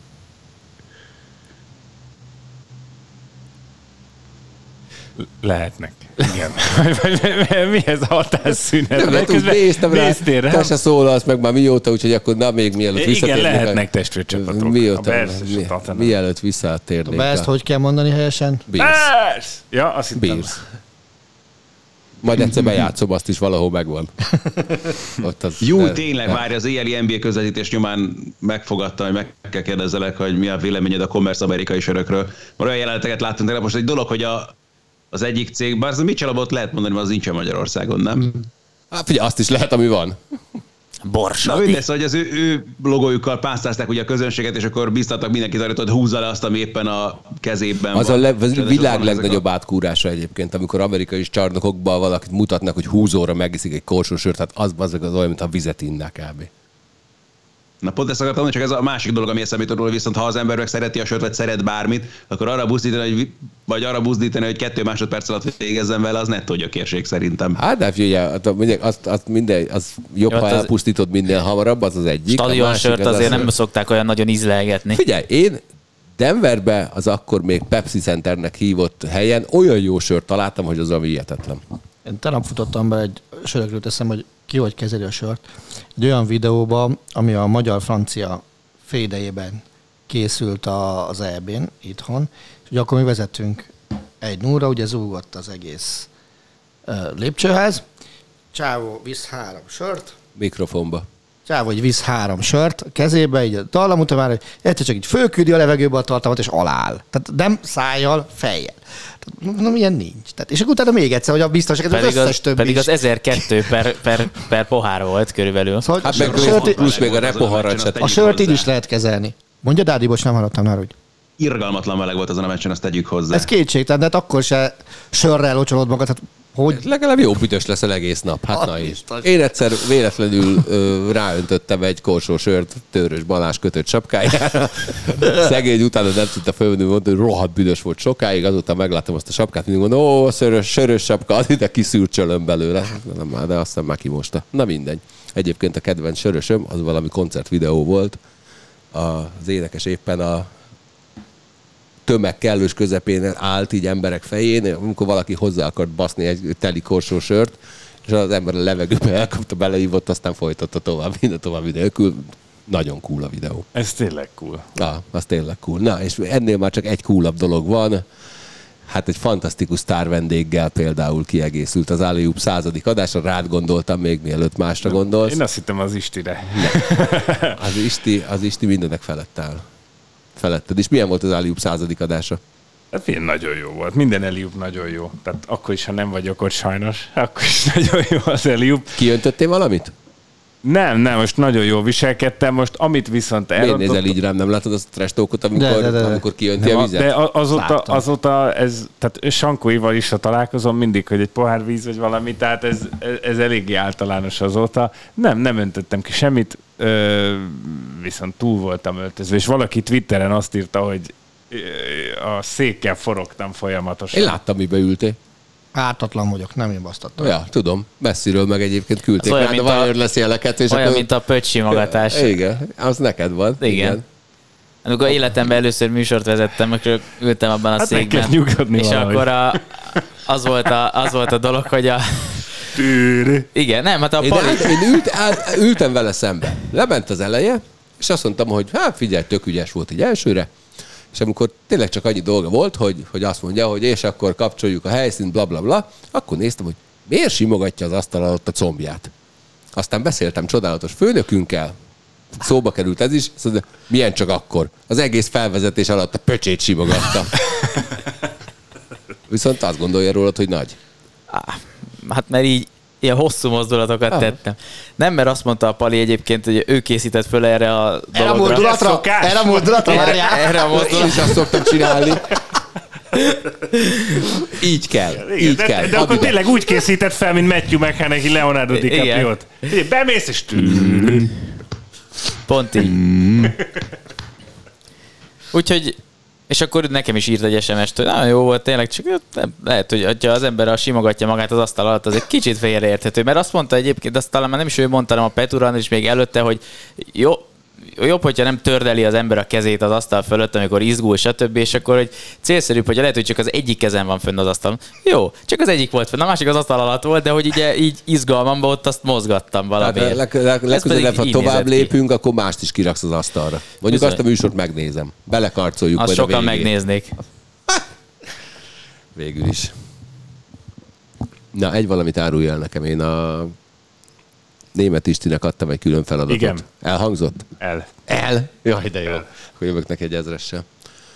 Lehetnek. Igen. Mi ez a hatásszünet? Nem lehet, úgy néztem rá, te se szólalsz meg már mióta, úgyhogy akkor na még mielőtt Igen, visszatérnék. lehetnek testvércsapatok. Mióta, A Bears és a Tottenham. mielőtt visszatérnék. Be ezt hogy kell mondani helyesen? Bears! Ja, azt hittem. Bears. Majd egyszer bejátszom, azt is valahol megvan. Ott az, Jó, tényleg, várj, az éjjeli NBA közvetítés nyomán megfogadtam, hogy meg kell kérdezzelek, hogy mi a véleményed a Commerce amerikai sörökről. Mert olyan jeleneteket láttunk tegnap, most egy dolog, hogy az egyik cég, bár az a Michelabot lehet mondani, mert az nincsen Magyarországon, nem? Hát figyelj, azt is lehet, ami van. Na Borsodi. mindegy, szóval, hogy az ő logójukkal pásztázták ugye a közönséget, és akkor biztattak mindenkit arra, hogy húzza le azt, ami éppen a kezében Az van. a És világ van legnagyobb átkúrása egyébként, amikor amerikai csarnokokban valakit mutatnak, hogy húzóra megiszik egy korsósört, hát az olyan, mintha vizet inná kb. Na pont ezt akartam mondani, csak ez a másik dolog, ami eszembe jutott róla, viszont ha az ember meg szereti a sört, vagy szeret bármit, akkor arra buzdítani, hogy 2 másodperc alatt végezzen vele, az nettó gyökérség szerintem. Hát de figyelj, az jobb, Jó, ha hát az- elpusztítod minél hamarabb, az az egyik. A Stadion másik sört az azért az, nem szokták olyan nagyon ízlelgetni. Figyelj, én Denverbe az akkor még Pepsi Centernek hívott helyen olyan jó sört találtam, hogy az ami hihetetlen. Én tegnap futottam be egy sörökről, teszem, hogy ki hogy kezeli a sört. Egy olyan videóban, ami a magyar-francia fédejében készült az EB-n itthon, és ugye akkor mi vezettünk 1-0-ra, ugye zúgott az egész lépcsőház. Csávó visz 3 sört, Mikrofonba. Csávó így visz 3 sört a kezébe, így a dallam után már, hogy egyszer csak így fölküldi a levegőbe a tartalmat, és aláll. Tehát nem szájjal, fejjel. Tehát, nem, ilyen nincs. Tehát, és akkor utána még egyszer, hogy a biztonság, az összes többi pedig is. az 1002 per pohár volt körülbelül. Szóval, Hát meg sört, plusz még a repoharat se. a sört így is lehet kezelni. Mondja, Dádi, bocs, nem hallottam már, hogy. Irgalmatlan meleg volt azon a meccsen, azt tegyük hozzá. Ez kétségtelen, de hát akkor se sörrel locsolod magad, hát hogy? Legalább jó büdös leszel egész nap. Hát Az na is. biztos. Én egyszer véletlenül ráöntöttem egy korsó sört Törös Balázs kötött sapkájára. Szegény utána nem tudta fölvenni, mondta, hogy rohadt büdös volt sokáig, azután megláttam azt a sapkát, mindig mondom, ó, sörös sapka, az ide kiszűrcsölöm belőle. De aztán már kimosta. Na mindegy. Egyébként a kedvenc sörösöm, az valami koncertvideó volt. Az énekes éppen a tömeg kellős közepén állt így emberek fején, amikor valaki hozzá akart baszni egy teli korsó sört, és az ember a levegőbe elkapta, beleívott, aztán folytatta tovább, minden további nélkül. Nagyon cool a videó. Ez tényleg cool. Az tényleg cool. Na, és ennél már csak egy coolabb dolog van. Hát egy fantasztikus sztár vendéggel például kiegészült az Alley-oop 100. adásra. Rád gondoltam még, mielőtt másra gondolsz. Én azt hittem az Istire. Az Isti mindenek felett áll. Feletted. És milyen volt az Alley-oop 100. adása? Hát figyelj, nagyon jó volt. Minden Eliup nagyon jó. Tehát akkor is, ha nem vagyok ott sajnos, akkor is nagyon jó az Eliup. Kiöntöttél valamit? Nem, most nagyon jól viselkedtem. Most amit viszont Miért nézel elrontottam... így rám? Nem látod azt a trash talkot, amikor kijönti a vizet? De Láttam. azóta ez, tehát Sankóival is, ha találkozom mindig, hogy egy pohár víz vagy valami, tehát ez eléggé általános azóta. Nem öntöttem ki semmit, viszont túl voltam öltözve, és valaki Twitteren azt írta, hogy a székkel forogtam folyamatosan. Én láttam, mibe ültél. Ártatlan vagyok, nem én basztattam. Ja, tudom. Messziről meg egyébként küldték Az olyan, rád a mint a- wireless jeleket. És Olyan, akkor... mint a pöccsimogatás. Igen, az neked van. Igen. Amikor életemben először műsort vezettem, akkor ültem abban a Hát meg kell székben. nyugodni És valahogy. akkor az volt a dolog, hogy igen, nem, hát a Pali... Ültem vele szembe. Lement az eleje, és azt mondtam, hogy hát figyelj, tök ügyes volt így elsőre, és amikor tényleg csak annyi dolga volt, hogy azt mondja, hogy és akkor kapcsoljuk a helyszínt, bla bla bla, akkor néztem, hogy miért simogatja az asztal alatt a combját. Aztán beszéltem csodálatos főnökünkkel, szóba került ez is, szóval milyen csak akkor. Az egész felvezetés alatt a pöcsét simogatta. Viszont azt gondolja rólad, hogy nagy. Hát mert így ilyen hosszú mozdulatokat tettem. Nem, mert azt mondta a Pali egyébként, hogy ő készített föl erre a dologra. Erre a mozdulatra várjál. Erre a Én mozdulatra. is azt szoktam csinálni. Így kell. Így kell. De akkor Add ide. tényleg úgy készített fel, mint Matthew McConaughey Leonardo DiCaprio-t. Bemész és... Pont így. Úgyhogy, és akkor nekem is írt egy SMS-t, hogy nagyon jó volt tényleg, csak lehet, hogy ha az ember simogatja magát az asztal alatt, az egy kicsit félreérthető, mert azt mondta egyébként, azt talán már nem is ő mondta, hanem a Peturan is még előtte, hogy jobb, hogyha nem tördeli az ember a kezét az asztal fölött, amikor izgul, stb. És akkor hogy célszerűbb, hogy lehet, hogy csak az egyik kezem van fönn az asztalon. Jó, csak az egyik volt fönn, a másik az asztal alatt volt, de hogy így izgalmamban ott azt mozgattam valamiért. Legközelebb, ha így tovább nézett ki. lépünk, akkor mást is kiraksz az asztalra. Mondjuk Bizony. azt a műsort megnézem. Belekarcoljuk Azt majd a sokan végén. megnéznék. Végül is. Na, egy valamit árulj el nekem. Én a Németh Istinek adtam egy külön feladatot. Igen. Elhangzott? El. Jaj, de jó. Akkor jövök neki egy ezressel.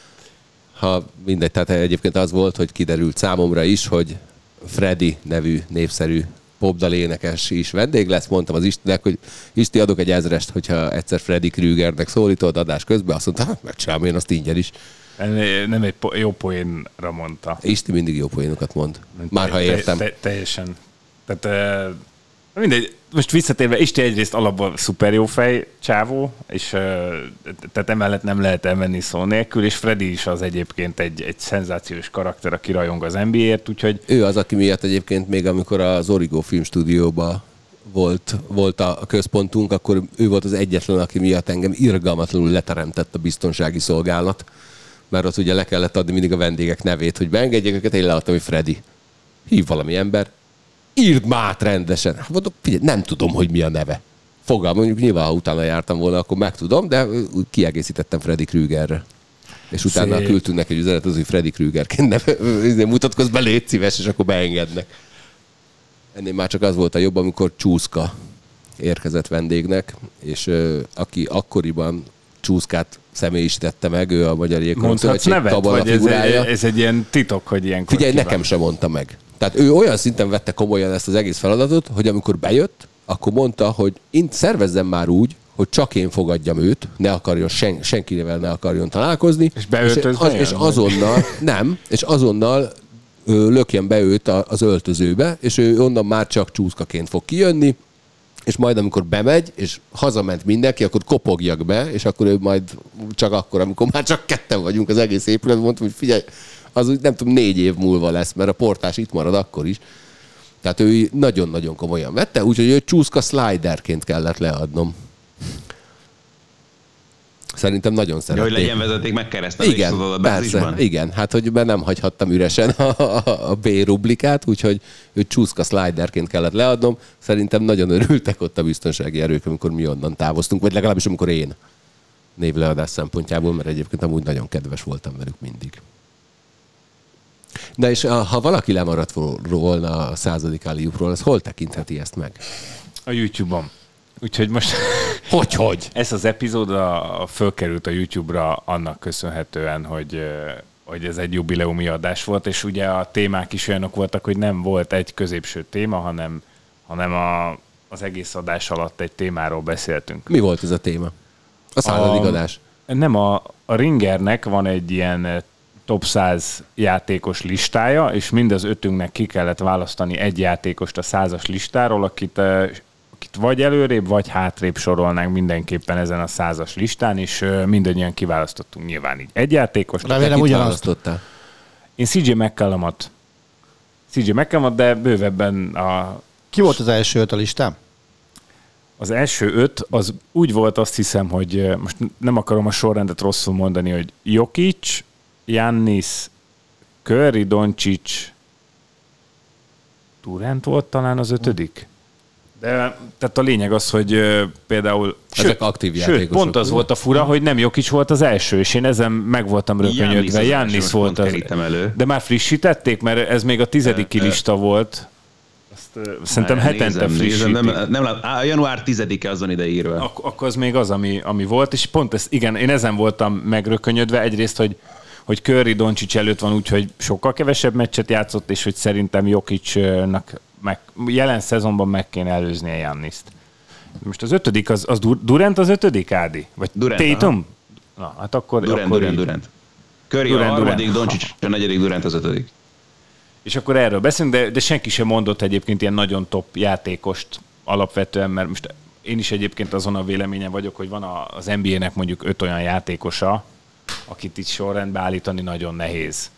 Ha mindegy, tehát egyébként az volt, hogy kiderült számomra is, hogy Freddy nevű népszerű popdalénekes is vendég lesz. Mondtam az Istinek, hogy Isti, adok egy ezrest, hogyha egyszer Freddy Krügernek szólítod adás közben. Azt mondta, hát megcsinálom én azt ingyen is. Nem egy jó poénra mondta. Isti mindig jó poénokat mond. Már ha értem. Teljesen. Tehát mindegy, most visszatérve, Isti egyrészt alapban szuper jó fej csávó, és tehát emellett nem lehet elmenni szó nélkül, és Freddy is az egyébként egy szenzációs karakter, aki rajong az NBA-ért, úgyhogy... Ő az, aki miatt egyébként még amikor az Origo filmstúdióban volt a központunk, akkor ő volt az egyetlen, aki miatt engem irgalmatlanul leteremtett a biztonsági szolgálat, mert ott ugye le kellett adni mindig a vendégek nevét, hogy beengedjék őket, én leadtam, hogy Freddy. Hív valami ember, írd már át rendesen. Hát mondom, figyelj, nem tudom, hogy mi a neve. Fogalmam, mondjuk nyilván, ha utána jártam volna, akkor megtudom, de kiegészítettem Freddy Krügerre. És utána Szép. küldtünk neki egy üzenetet, hogy Freddy Krügerként mutatkozz be, légy szíves, és akkor beengednek. Ennél már csak az volt a jobb, amikor Csúszka érkezett vendégnek, és aki akkoriban Csúszkát személyisítette meg, ő a Magyar Jégkorong Mondhatsz Szövetség nevet, kabala vagy figurája. ez egy ilyen titok, hogy ilyenkor Figyelj, kíván. nekem sem mondta meg. Tehát ő olyan szinten vette komolyan ezt az egész feladatot, hogy amikor bejött, akkor mondta, hogy én szervezzem már úgy, hogy csak én fogadjam őt, ne akarjon senkivel ne akarjon találkozni. És beöltözve és jön, azonnal, nem, és azonnal lökjen be őt az öltözőbe, és ő onnan már csak Csúszkaként fog kijönni, és majd amikor bemegy, és hazament mindenki, akkor kopogjak be, és akkor ő majd csak akkor, amikor már csak ketten vagyunk az egész épületben, mondtam, hogy figyelj, az úgy nem tudom, 4 év múlva lesz, mert a portás itt marad akkor is. Tehát ő nagyon-nagyon komolyan vette, úgyhogy ő Csúszka sliderként kellett leadnom. Szerintem nagyon Ja, szerették. hogy legyen vezeték, megkeresztelés Igen, tudod a persze, bázisban. igen. Hát, hogy be nem hagyhattam üresen a B rublikát, úgyhogy ő Csúszka sliderként kellett leadnom. Szerintem nagyon örültek ott a biztonsági erők, amikor mi onnan távoztunk, vagy legalábbis amikor én névleadás szempontjából, mert egyébként amúgy nagyon kedves voltam velük mindig. De és ha valaki lemaradt volna a 100. alley-oopról, az hol tekintheti ezt meg? A YouTube-on. Úgyhogy most Hogy? ez az epizód fölkerült a YouTube-ra annak köszönhetően, hogy ez egy jubileumi adás volt, és ugye a témák is olyanok voltak, hogy nem volt egy középső téma, hanem az egész adás alatt egy témáról beszéltünk. Mi volt ez a téma? A 100. adás. Nem, a Ringernek van egy ilyen top 100 játékos listája, és mind az 5-ünknek ki kellett választani egy játékost a 100-as listáról, akit vagy előrébb, vagy hátrébb sorolnánk mindenképpen ezen a 100-as listán, és mindannyian kiválasztottunk nyilván így egy játékost. Remélem Kit ugyanazt. választottál? Én CJ McCollumot CJ McCallum, de bővebben Ki volt az első 5 a listán? az első 5 az úgy volt, azt hiszem, hogy most nem akarom a sorrendet rosszul mondani, hogy Jokic, Giannis, Curry, Doncic, Durant volt talán az 5. De tehát a lényeg az, hogy például... Ezek aktív játékosok. Sőt, pont az volt a fura, hogy nem Jokic volt az első, és én ezen meg voltam rökönyödve. Giannis volt az. De már frissítették, mert ez még a 10. lista volt. Azt, szerintem hetente frissítik. Január 10-e azon ide írva. Akkor az még az, ami volt, és pont ez, igen, én ezen voltam megrökönyödve. Egyrészt, hogy Curry Doncic előtt van úgy, hogy sokkal kevesebb meccset játszott, és hogy szerintem Jokicnak jelen szezonban meg kéne előzni a Giannist. Most az 5. az Durant az 5. Ádi? Vagy Durant, Tatum? Na, hát akkor... Durant. Curry a harmadik, Doncic a 4., Durant az 5. És akkor erről beszélünk, de senki sem mondott egyébként ilyen nagyon top játékost alapvetően, mert most én is egyébként azon a véleményen vagyok, hogy van az NBA-nek mondjuk 5 olyan játékosa, akit itt sorrendbe állítani nagyon nehéz.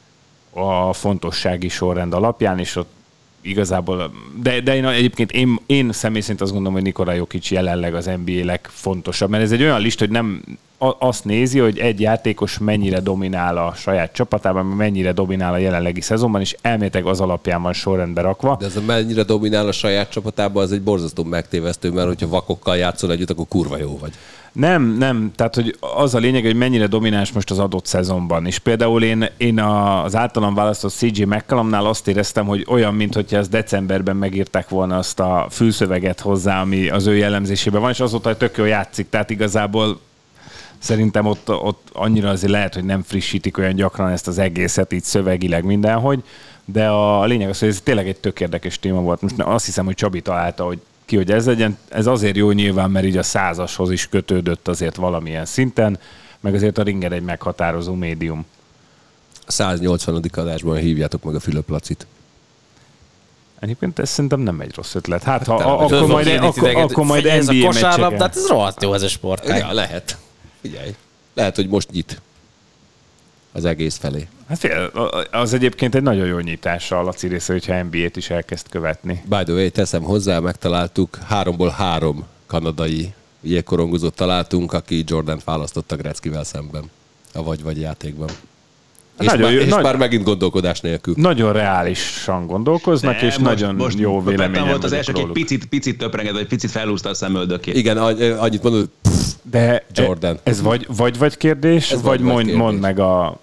A fontossági sorrend alapján, és ott igazából, de én egyébként én személy szerint azt gondolom, hogy Nikola Jokic jelenleg az NBA legfontosabb, mert ez egy olyan lista, hogy nem azt nézi, hogy egy játékos mennyire dominál a saját csapatában, mennyire dominál a jelenlegi szezonban, és elméletileg az alapján van sorrendbe rakva. De ez a mennyire dominál a saját csapatában, az egy borzasztó megtévesztő, mert hogyha vakokkal játszol együtt, akkor kurva jó vagy. Nem, tehát hogy az a lényeg, hogy mennyire domináns most az adott szezonban. És például én az általam választott CJ McCallumnál azt éreztem, hogy olyan, mintha ezt decemberben megírták volna azt a fülszöveget hozzá, ami az ő jellemzésében van, és azóta tök jól játszik. Tehát igazából szerintem ott annyira azért lehet, hogy nem frissítik olyan gyakran ezt az egészet így szövegileg mindenhogy, de a lényeg az, hogy ez tényleg egy tök érdekes téma volt. Most azt hiszem, hogy Csabi találta, hogy ez legyen. Ez azért jó nyilván, mert így a 100-ashoz is kötődött azért valamilyen szinten, meg azért a Ringer egy meghatározó médium. A 180. adásban hívjátok meg a Fülöp Lacit. Egyébként ez szerintem nem egy rossz ötlet. Hát ha akkor majd ez NBA a kosárlabda, meccseken. hát ez rohadt jó ez a sport. Ja, lehet. Figyelj. Lehet, hogy most nyit az egész felé. Hát az egyébként egy nagyon jó nyitás a Laci része, hogyha NBA-t is elkezd követni. By the way, teszem hozzá, megtaláltuk 3-ból 3 kanadai jégkorongozót találtunk, aki Jordant választotta Gretzkyvel szemben a vagy játékban. És már megint gondolkodás nélkül. Nagyon reálisan gondolkoznak, és nagyon jó véleményem volt az első, aki picit töprenged, vagy picit felhúzta a szemöldökét. Igen, annyit mondod, de Jordan. Ez vagy kérdés, ez vagy mondd meg a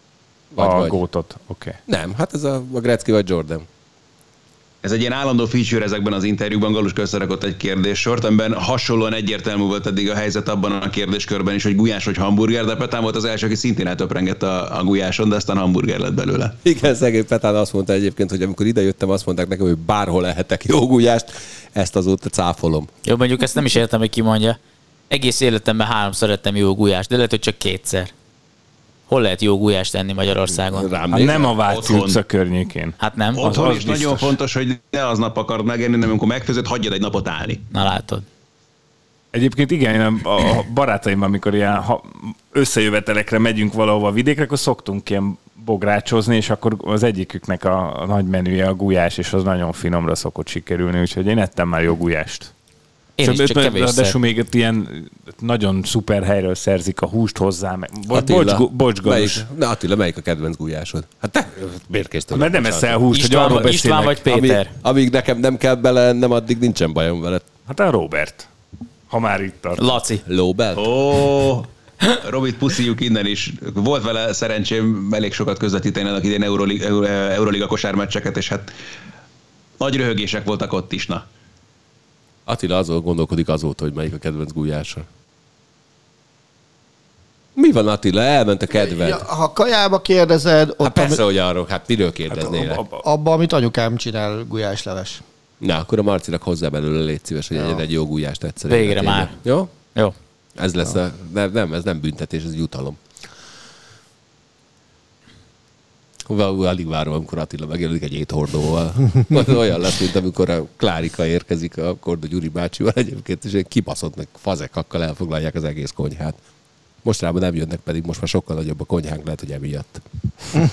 gótot. Okay. Nem, hát ez a Gretzky vagy Jordan. Ez egy ilyen állandó feature ezekben az interjúkban. Galuska összerakott egy kérdéssort, amiben hasonlóan egyértelmű volt eddig a helyzet abban a kérdéskörben is, hogy gulyás vagy hamburger, de Petán volt az első, aki szintén eltöprengett a gulyáson, de aztán hamburger lett belőle. Igen, szegény Petán azt mondta egyébként, hogy amikor idejöttem, azt mondták nekem, hogy bárhol ehetek jó gulyást, ezt azóta cáfolom. Jó, mondjuk ezt nem is értem, hogy ki mondja. Egész életemben 3-szor ettem jó gulyást, de lehet, hogy csak 2-szer. Hol lehet jó gulyást enni Magyarországon? Nem a Váci utca környékén. Hát nem. Otthon is nagyon fontos, hogy ne aznap akard megenni, nem amikor megfőzött, hagyjad egy napot állni. Na látod. Egyébként igen, a barátaimmal, amikor ilyen összejövetelekre megyünk valahova a vidékre, akkor szoktunk ilyen bográcsozni, és akkor az egyiküknek a nagy menüje a gulyás, és az nagyon finomra szokott sikerülni, úgyhogy én ettem már jó gulyást. Én is csak kevésszer. De még ilyen nagyon szuper helyről szerzik a húst hozzá. Attila, melyik a kedvenc gulyásod? Hát te bérkéztől. Mert nem eszel húst, hogy arról beszélnek. István vagy Péter? Amíg nekem nem kell beleennem, addig nincsen bajom veled. Hát a Robert. Ha már itt tart. Laci. Lóbel? Robit puszíjuk innen is. Volt vele szerencsém elég sokat közvetíteni annak idén Euroliga kosármeccseket, és hát nagy röhögések voltak ott is, na. Attila azon gondolkodik azóta, hogy melyik a kedvenc gulyása. Mi van, Attila? Elment a kedved. Ja, ha kajába kérdezed... Ott hát persze, hogy arról. Hát miről kérdeznél? Abba, amit anyukám csinál, gulyásleves. Na, akkor a Marcinak hozzá belőle, légy szíves, hogy egyen egy jó gulyást egyszer. Végre már. Jó? Jó. Ez lesz ez nem büntetés, ez jutalom. Alig várom, amikor Attila megjelenik egy éthordóval. Olyan lesz, mint amikor a Klárika érkezik a Korda Gyuri bácsival egyébként, és kibaszott meg fazekakkal elfoglalják az egész konyhát. Mostanában nem jönnek, pedig most már sokkal nagyobb a konyhánk, lehet, hogy emiatt.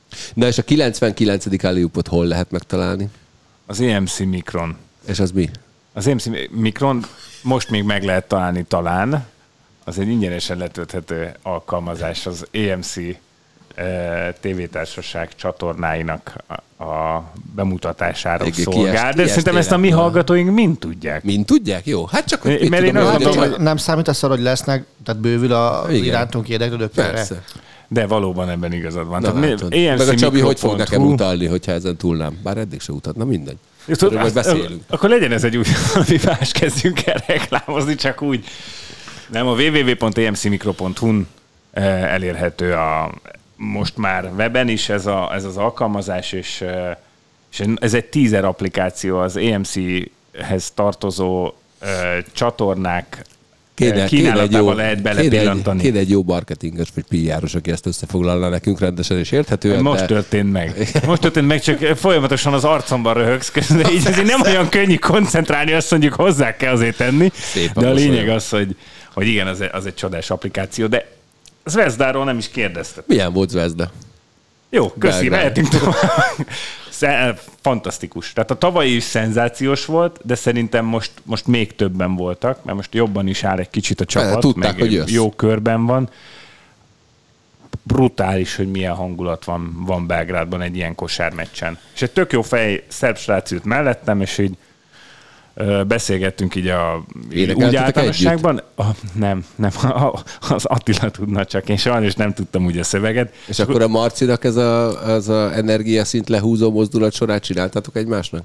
Na és a 99. alley-oopot hol lehet megtalálni? Az EMC Micron. És az mi? Az EMC Micron most még meg lehet találni talán. Az egy ingyenesen letölthető alkalmazás az EMC tévétársaság csatornáinak a bemutatására szolgál. De szerintem ezt a mi hallgatóink mind tudják. Mind tudják? Jó. Hát csak hogy mert én azt gondolom, hogy nem számít az, hogy lesznek, tehát bővül a irántunk érdeklődők körre. Persze. de valóban ebben igazad van. Na, Tehát meg a Csabi hogy fog nekem utalni, hogyha ezen túlnám? Bár eddig se utat. Na mindegy. Majd beszélünk. Akkor legyen ez egy úgy, ami más kezdjünk el reklámozni, csak úgy. Nem, a www.emcmikro.hu-n elérhető most már weben is ez az alkalmazás, és ez egy teaser applikáció az EMC-hez tartozó csatornák kínálatában lehet belepillantani. Kéne egy jó marketinges vagy PR-os, aki ezt összefoglalna nekünk rendesen és érthetően. Most történt meg, csak folyamatosan az arcomban röhögsz, de így azért nem olyan könnyű koncentrálni, azt mondjuk hozzá kell azért tenni. Szépen de a lényeg az, hogy igen, az egy csodás applikáció, de Zvezdáról nem is kérdezted. Milyen volt Zvezda? Jó, köszi, mehetünk tovább. Fantasztikus. Tehát a tavalyi is szenzációs volt, de szerintem most még többen voltak, mert most jobban is áll egy kicsit a csapat, tudták, meg hogy jössz. Jó körben van. Brutális, hogy milyen hangulat van Belgrádban egy ilyen kosármeccsen. És egy tök jó fej szerb srác ült mellettem, és így beszélgettünk így úgy általánosságban. Nem, az Attila tudna csak, én sajnos nem tudtam úgy a szöveget. És akkor a Marcinak ez a energiaszint lehúzó mozdulat sorát csináltatok egymásnak?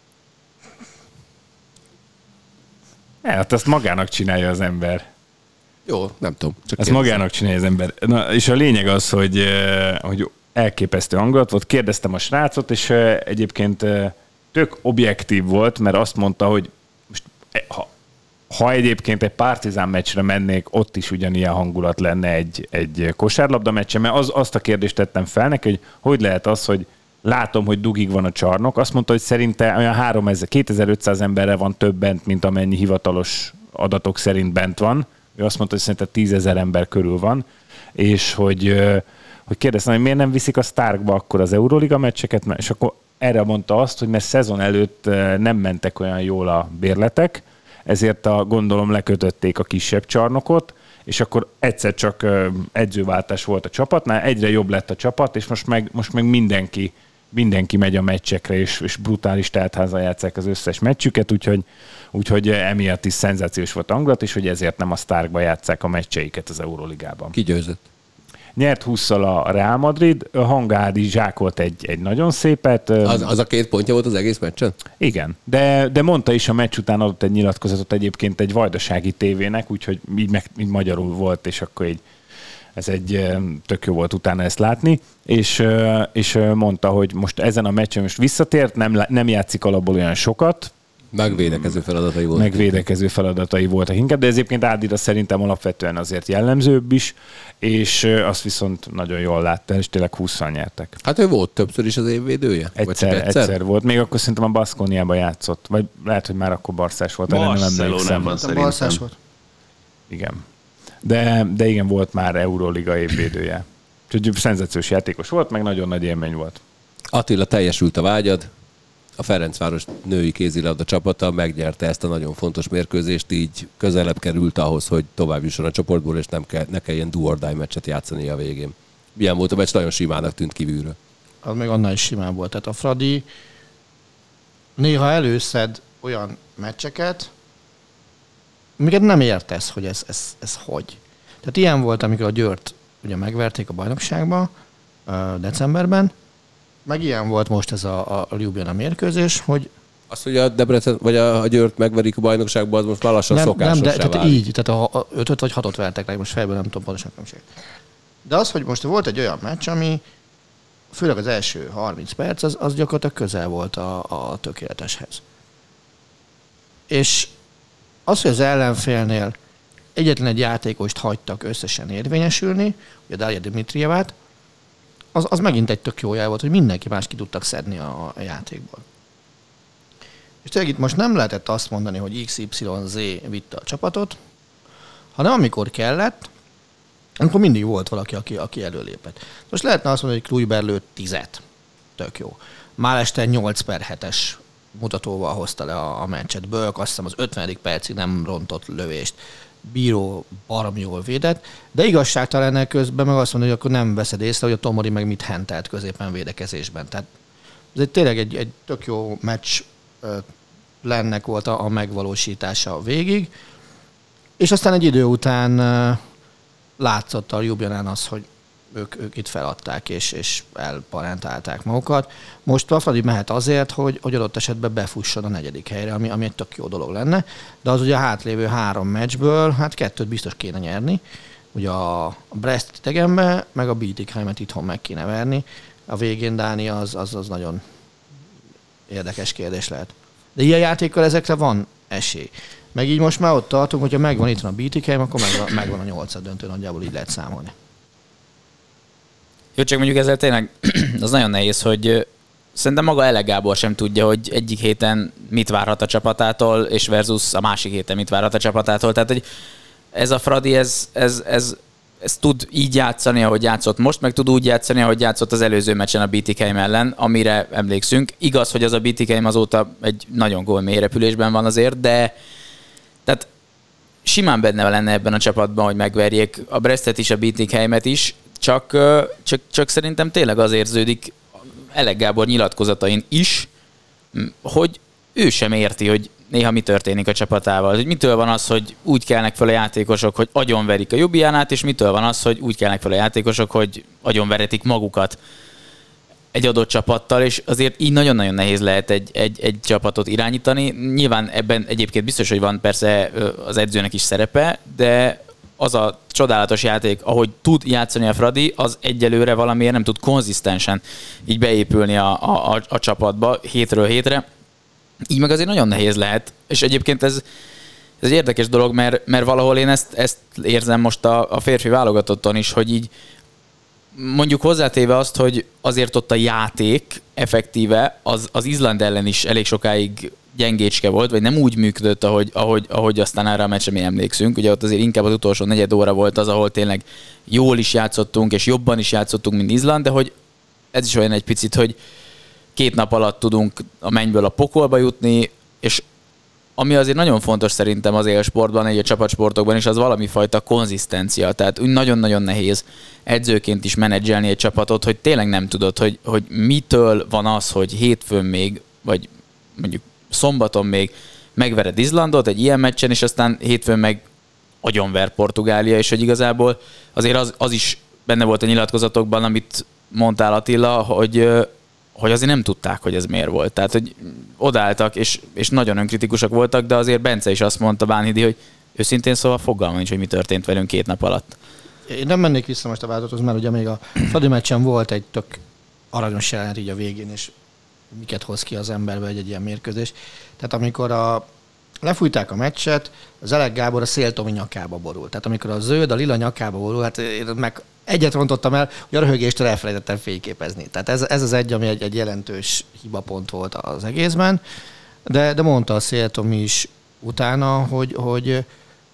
Hát azt magának csinálja az ember. Jó, nem tudom. Ezt magának csinálja az ember. Na, és a lényeg az, hogy elképesztő hangulat volt. Kérdeztem a srácot, és egyébként tök objektív volt, mert azt mondta, hogy most, ha egyébként egy Partizán meccsre mennék, ott is ugyanilyen hangulat lenne egy kosárlabda meccsen, mert azt a kérdést tettem fel neki, hogy lehet az, hogy látom, hogy dugig van a csarnok. Azt mondta, hogy szerinte olyan 2500 emberre van több bent, mint amennyi hivatalos adatok szerint bent van. Ő azt mondta, hogy szerinte 10 000 ember körül van, és hogy kérdeztem, hogy miért nem viszik a Starkba akkor az Euroliga meccseket, és akkor erre mondta azt, hogy mert szezon előtt nem mentek olyan jól a bérletek, ezért gondolom lekötötték a kisebb csarnokot, és akkor egyszer csak edzőváltás volt a csapatnál, egyre jobb lett a csapat, és most meg mindenki megy a meccsekre, és brutális teltházal játsszák az összes meccsüket, úgyhogy emiatt is szenzációs volt hangulat, és hogy ezért nem a Starkba játsszák a meccseiket az Euroligában. Ki győzött? Nyert 20-szal a Real Madrid, Hangádi zsákolt egy nagyon szépet. Az a 2 pontja volt az egész meccsen? Igen, de mondta is a meccs után adott egy nyilatkozatot egyébként egy vajdasági tévének, úgyhogy így magyarul volt, és akkor így ez egy tök jó volt utána ezt látni, és mondta, hogy most ezen a meccsen most visszatért, nem játszik alapból olyan sokat, Megvédekező feladatai voltak inkább, de ez egyébként Ádira szerintem alapvetően azért jellemzőbb is, és azt viszont nagyon jól látta, és tényleg 20-szal nyertek. Hát ő volt többször is az évvédője? Egyszer volt. Még akkor szerintem a Baskoniában játszott, vagy lehet, hogy már akkor barszás volt. Barcelonában szerintem. Barszás volt. Igen. De igen, volt már Euroliga évvédője. Úgyhogy szenzációs játékos volt, meg nagyon nagy élmény volt. Attila, teljesült a vágyad. A Ferencváros női kézilabda csapata megnyerte ezt a nagyon fontos mérkőzést, így közelebb került ahhoz, hogy tovább jusson a csoportból, és ne kelljen do-or-die meccset játszani a végén. Milyen volt a meccs? Nagyon simának tűnt kívülről. Az még annál is simán volt. Tehát a Fradi néha előszed olyan meccseket, amiket nem értesz, hogy ez hogy. Tehát ilyen volt, amikor a Győrt ugye megverték a bajnokságba decemberben, meg ilyen volt most ez a Ljubljana mérkőzés, hogy... Az, hogy a Debrecen vagy a Győrt megverik a bajnokságban, az most már lassan szokásossá válik. Tehát így, tehát 5-öt vagy 6-ot vertek le, most fejből nem tudom pontosan különbség. De az, hogy most volt egy olyan meccs, ami főleg az első 30 perc, az gyakorlatilag közel volt a tökéleteshez. És az, hogy az ellenfélnél egyetlen egy játékost hagytak összesen érvényesülni, ugye Darja Dimitrievát, az megint egy tök jó jel volt, hogy mindenki más ki tudtak szedni a játékból. És tényleg itt most nem lehetett azt mondani, hogy XYZ vitte a csapatot, hanem amikor kellett, akkor mindig volt valaki, aki előlépett. Most lehetne azt mondani, hogy Kluivert lőtt 10-et. Tök jó. Már este 8/7-es mutatóval hozta le a meccset. Bölk azt hiszem az 50. percig nem rontott lövést. Bíró baromi jól védett, de igazságtalan közben meg azt mondja, hogy akkor nem veszed észre, hogy a Tomori meg mit hentelt középen védekezésben. Tehát ez tényleg egy tök jó meccs lennek volt a megvalósítása végig, és aztán egy idő után látszott a Ljubljanán az, hogy ők itt feladták, és elparentálták magukat. Most a Fradi mehet azért, hogy adott esetben befusson a 4. helyre, ami egy tök jó dolog lenne, de az ugye a hátlévő 3 meccsből, hát 2 biztos kéne nyerni. Ugye a Brest idegenbe, meg a Bietigheimet itthon meg kéne verni. A végén Dánia az nagyon érdekes kérdés lehet. De ilyen játékkal ezekre van esély. Meg így most már ott tartunk, hogyha megvan itt a Bietigheim, akkor megvan a 8. döntő, nagyjából így lehet számolni. Jó, csak mondjuk ezzel tényleg az nagyon nehéz, hogy szerintem maga Elek Gábor sem tudja, hogy egyik héten mit várhat a csapatától, és versus a másik héten mit várhat a csapatától. Tehát, hogy ez a Fradi, ez tud így játszani, ahogy játszott most, meg tud úgy játszani, ahogy játszott az előző meccsen a Bietigheim ellen, amire emlékszünk. Igaz, hogy az a Bietigheim azóta egy nagyon gól mély repülésben van azért, de tehát simán benne lenne ebben a csapatban, hogy megverjék a Brestet is, a Bietigheimet is, csak szerintem tényleg az érződik Elek Gábor nyilatkozatain is, hogy ő sem érti, hogy néha mi történik a csapatával. Hogy mitől van az, hogy úgy kelnek fel a játékosok, hogy agyonverik a Ljubljanát, és mitől van az, hogy úgy kelnek fel a játékosok, hogy agyonveretik magukat egy adott csapattal, és azért így nagyon-nagyon nehéz lehet egy csapatot irányítani. Nyilván ebben egyébként biztos, hogy van persze az edzőnek is szerepe, de az a csodálatos játék, ahogy tud játszani a Fradi, az egyelőre valamiért nem tud konzisztensen így beépülni a csapatba hétről hétre. Így meg azért nagyon nehéz lehet, és egyébként ez egy érdekes dolog, mert valahol én ezt érzem most a férfi válogatotton is, hogy így mondjuk hozzátéve azt, hogy azért ott a játék effektíve az Izland ellen is elég sokáig gyengécske volt, vagy nem úgy működött, ahogy aztán erre a meccsre mi emlékszünk. Ugye ott azért inkább az utolsó negyed óra volt az, ahol tényleg jól is játszottunk, és jobban is játszottunk, mint Izland, de hogy ez is olyan egy picit, hogy 2 nap alatt tudunk a mennyből a pokolba jutni, és ami azért nagyon fontos szerintem az élsportban, egy a csapatsportokban is, az valami fajta konzisztencia. Tehát úgy nagyon-nagyon nehéz edzőként is menedzselni egy csapatot, hogy tényleg nem tudod, hogy mitől van az, hogy hétfőn még, vagy mondjuk szombaton még megvered Izlandot egy ilyen meccsen, és aztán hétfőn meg agyonver Portugália, és hogy igazából azért az is benne volt a nyilatkozatokban, amit mondtál Attila, hogy azért nem tudták, hogy ez miért volt. Tehát, hogy odaálltak, és nagyon önkritikusak voltak, de azért Bence is azt mondta, Bánhidi, hogy őszintén szóval fogalma nincs, hogy mi történt velünk 2 nap alatt. Én nem mennék vissza most a változathoz, mert ugye még a Fradi meccsen volt egy tök aranyos jelenet így a végén, és miket hoz ki az emberbe egy ilyen mérkőzés. Tehát amikor lefújták a meccset, az Elek Gábor a Széltomi nyakába borult. Tehát amikor a zöld, a lila nyakába borul, hát én meg egyet rontottam el, hogy a röhögéstől elfelejtettem fényképezni. Tehát ez az egy, ami egy jelentős hibapont volt az egészben. De mondta a Széltomi is utána, hogy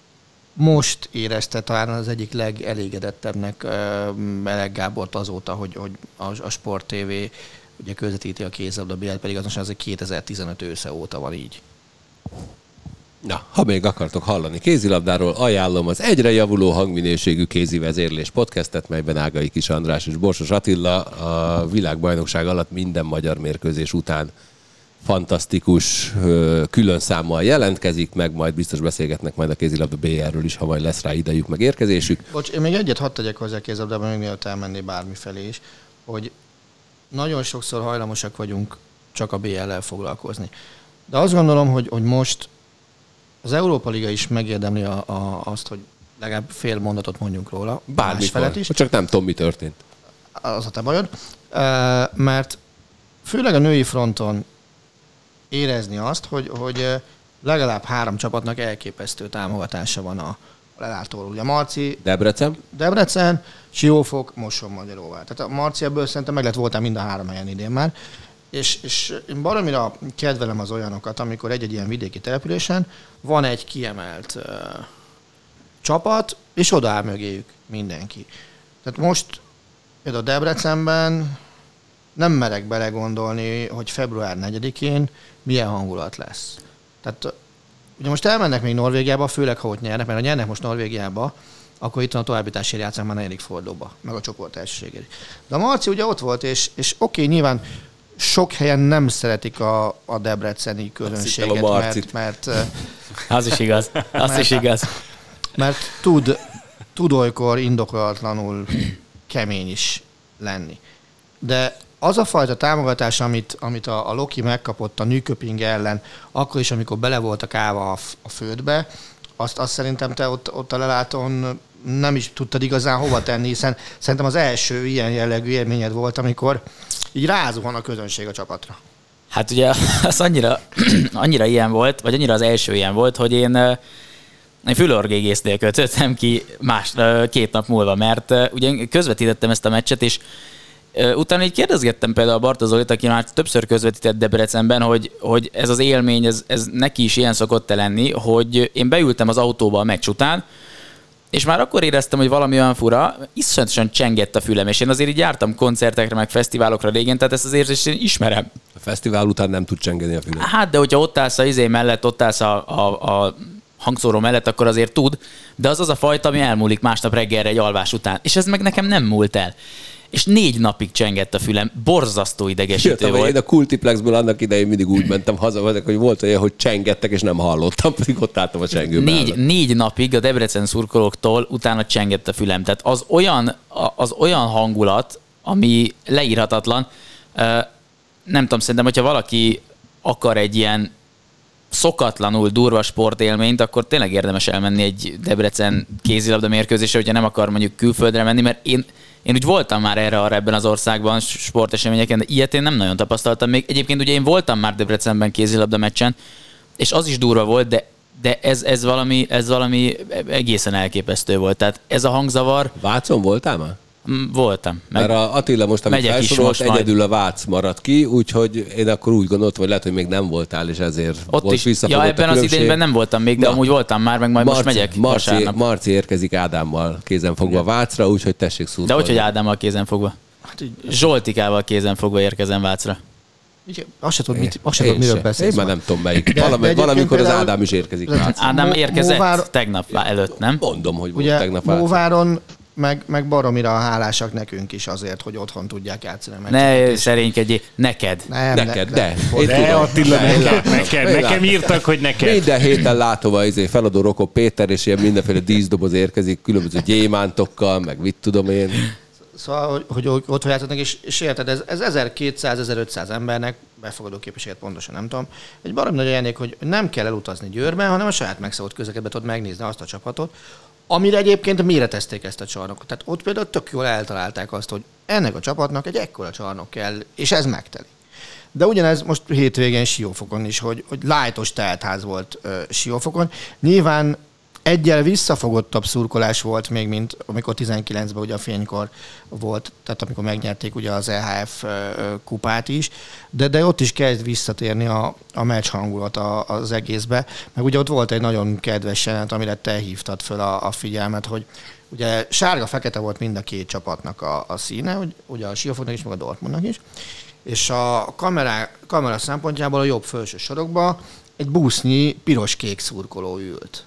most érezte talán az egyik legelégedettebbnek Elek Gábort azóta, hogy a Sport TV ugye közvetíti a kézilabda BL, pedig az 2015 ősze óta van így. Na, ha még akartok hallani kézilabdáról, ajánlom az egyre javuló hangminőségű kézi vezérlés podcastet, melyben Ágai Kis András és Borsos Attila a világbajnokság alatt minden magyar mérkőzés után fantasztikus külön számmal jelentkezik, meg majd biztos beszélgetnek majd a kézilabda BR-ről is, ha majd lesz rá idejük, meg érkezésük. Bocs, én még egyet hadd tegyek hozzá a kézilabdában, még mielőtt elmenni bármifelé is, hogy nagyon sokszor hajlamosak vagyunk csak a BL-lel foglalkozni. De azt gondolom, hogy most az Európa Liga is megérdemli azt, hogy legalább fél mondatot mondjunk róla. Bármikor. Is. Csak nem tudom, mi történt. Az a te bajod. Mert főleg a női fronton érezni azt, hogy legalább 3 csapatnak elképesztő támogatása van a lelátóról. Ugye Marci... Debrecen, Siófok, Mosonmagyaróvár. Tehát a Marci ebből szerintem meg lett voltál mind a 3 helyen idén már. És én baromira kedvelem az olyanokat, amikor egy ilyen vidéki településen van egy kiemelt csapat, és odaáll mögéjük. mindenki. Tehát most például Debrecenben nem merek belegondolni, hogy február 4-én milyen hangulat lesz. Tehát ugye most elmennek még Norvégiába, főleg ha ott nyernek, mert ha nyernek most Norvégiába, akkor itt van a továbbításért játszák már 4. fordulóba, meg a csoport elsőségért. De a Marci ugye ott volt, és oké, nyilván sok helyen nem szeretik a debreceni közönséget, mert az is igaz. Mert tud olykor indokolatlanul kemény is lenni. De az a fajta támogatás, amit a Loki megkapott a Nyköping ellen, akkor is, amikor bele voltak állva a földbe, azt szerintem te ott a lelátón nem is tudtad igazán hova tenni, hiszen szerintem az első ilyen jellegű élményed volt, amikor így rázuhan a közönség a csapatra. Hát ugye az annyira ilyen volt, vagy annyira az első ilyen volt, hogy én fülorgégésznél kötöttem ki 2 nap múlva, mert ugye közvetítettem ezt a meccset, és utána így kérdezgettem például a Bartozolit, aki már többször közvetített Debrecenben, hogy ez az élmény, ez neki is ilyen szokott lenni, hogy én beültem az autóba a meccs után, és már akkor éreztem, hogy valami olyan fura, iszonyatosan csengett a fülem, és én azért így jártam koncertekre, meg fesztiválokra régen, tehát ezt az érzést én ismerem. A fesztivál után nem tud csengeni a fülem. Hát, de hogyha ott állsz a mellett, ott állsz a hangszóró mellett, akkor azért tud, de az a fajta, ami elmúlik másnap reggelre egy alvás után. És ez meg nekem nem múlt el. És 4 napig csengett a fülem, borzasztó idegesítő volt. Én a Kultiplexből annak idején mindig úgy mentem haza, hogy volt olyan, hogy csengettek, és nem hallottam, pedig ott álltam a csengőben. 4 napig a Debrecen szurkolóktól utána csengett a fülem. Tehát az olyan hangulat, ami leírhatatlan. Nem tudom, szerintem, hogyha valaki akar egy ilyen szokatlanul durva sportélményt, akkor tényleg érdemes elmenni egy Debrecen kézilabda mérkőzésre, hogyha nem akar mondjuk külföldre menni, mert én úgy voltam már erre ebben az országban sporteseményeken, de ilyet én nem nagyon tapasztaltam még. Egyébként ugye én voltam már Debrecenben kézilabda meccsen, és az is durva volt, de ez valami egészen elképesztő volt. Tehát ez a hangzavar... Vácon voltál már? Voltam. Mert a Attila most, amit felsorolt, egyedül a Vác maradt ki, úgyhogy én akkor úgy gondoltam, hogy lehet, hogy még nem voltál, és ezért ott volt is, visszafogott ebben az idényben nem voltam még, de amúgy voltam már, meg majd most megyek vasárnap. Marci érkezik Ádámmal kézenfogva Vácra, úgyhogy tessék szurkolni. De úgyhogy Ádámmal kézenfogva. Hát Zsoltikával kézenfogva érkezem Vácra. Azt se tudod, miről beszélsz. Én már nem tudom melyik. Valamikor az Ádám is érkezik Vácra. Ádám érkezett tegnap előtt, nem? Mondom, hogy volt ugye tegnap Vácra. Móváron meg baromira hálásak nekünk is azért, hogy otthon tudják játszani. Ne szerénykedjél, neked. Neked, de. De Attila, nekem írtak, hogy neked. Minden héten látom a feladó Rokó Péter, és ilyen mindenféle díszdoboz érkezik, különböző gyémántokkal, meg mit tudom én. Szóval, hogy ott játszanak, és érted, ez 1200-1500 embernek, befogadó képességet pontosan nem tudom, egy baromi nagy ajándék, hogy nem kell elutazni Győrbe, hanem a saját megszabott közlekedbe tudod megnézni azt a csapatot, amire egyébként méretezték ezt a csarnokot. Tehát ott például tök jól eltalálták azt, hogy ennek a csapatnak egy ekkora csarnok kell, és ez megteli. De ugyanez most hétvégén Siófokon is, hogy lightos teltház volt Siófokon. Nyilván egyel visszafogottabb szurkolás volt még, mint amikor 19-ben ugye a fénykor volt, tehát amikor megnyerték ugye az EHF kupát is, de ott is kezd visszatérni a meccs hangulat az egészbe. Meg ugye ott volt egy nagyon kedves jelenet, amire te hívtad föl a figyelmet, hogy ugye sárga-fekete volt mind a 2 csapatnak a színe, hogy ugye a Siófoknak is, meg a Dortmundnak is, és a kamera szempontjából a jobb felső sorokban egy busznyi piros-kék szurkoló ült.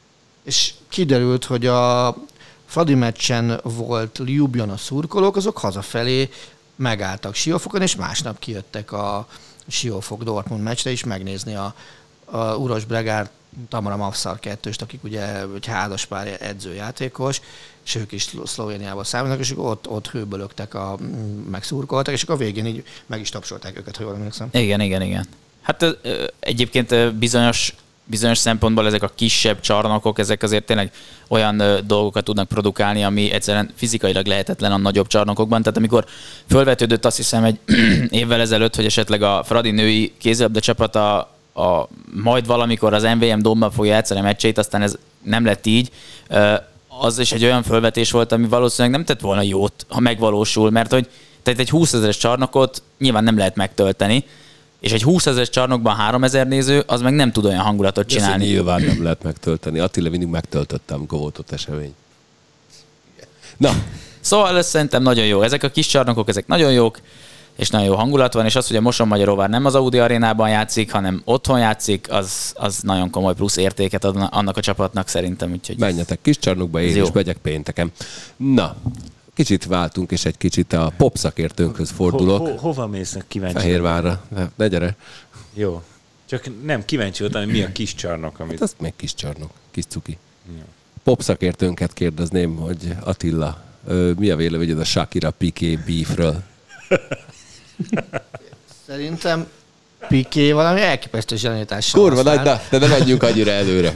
És kiderült, hogy a Fradi meccsen volt Ljubljana szurkolók, azok hazafelé megálltak Siófokon, és másnap kijöttek a Siófok-Dortmund meccsre is megnézni a Uros Bregár Tamara Mavszar 2-st, akik ugye egy házaspár edzőjátékos, és ők is Szlovéniából származnak, és ott hőbölögtek, meg szurkoltak, és akkor a végén így meg is tapsolták őket, ha jól emlékszem. Igen. Hát egyébként bizonyos szempontból ezek a kisebb csarnokok, ezek azért tényleg olyan dolgokat tudnak produkálni, ami egyszerűen fizikailag lehetetlen a nagyobb csarnokokban. Tehát amikor fölvetődött azt hiszem egy évvel ezelőtt, hogy esetleg a Fradi női kézilabda csapata majd valamikor az MVM Dómban fogja játszani a meccseit, aztán ez nem lett így. Az is egy olyan fölvetés volt, ami valószínűleg nem tett volna jót, ha megvalósul, mert hogy tehát egy 20 000-es csarnokot nyilván nem lehet megtölteni, és egy 20 000-es csarnokban 3000 néző, az meg nem tud olyan hangulatot csinálni. Nyilván nem lehet megtölteni. Attila mindig megtöltötte, amikor volt ott esemény. Na, Szóval ez szerintem nagyon jó. Ezek a kis csarnokok, ezek nagyon jók, és nagyon jó hangulat van, és az, hogy a Mosonmagyaróvár nem az Audi arénában játszik, hanem otthon játszik, az nagyon komoly plusz értéket ad annak a csapatnak szerintem. Úgyhogy menjetek kis csarnokba, én jó. is megyek pénteken. Na, kicsit váltunk, és egy kicsit a pop szakértőnkhöz fordulok. Hova mész? Kíváncsi. Fehérvárra. Ne gyere. Jó. Csak nem kíváncsi voltam, hogy mi a kis csarnok, amit... Hát az még kis csarnok, kis cuki. Pop szakértőnket kérdezném, hogy Attila, mi a véleményed a Shakira-Piqué beefről? Szerintem Piqué valami elképesztő zsenialitással Kurva nagy, használ. de ne menjünk annyira előre.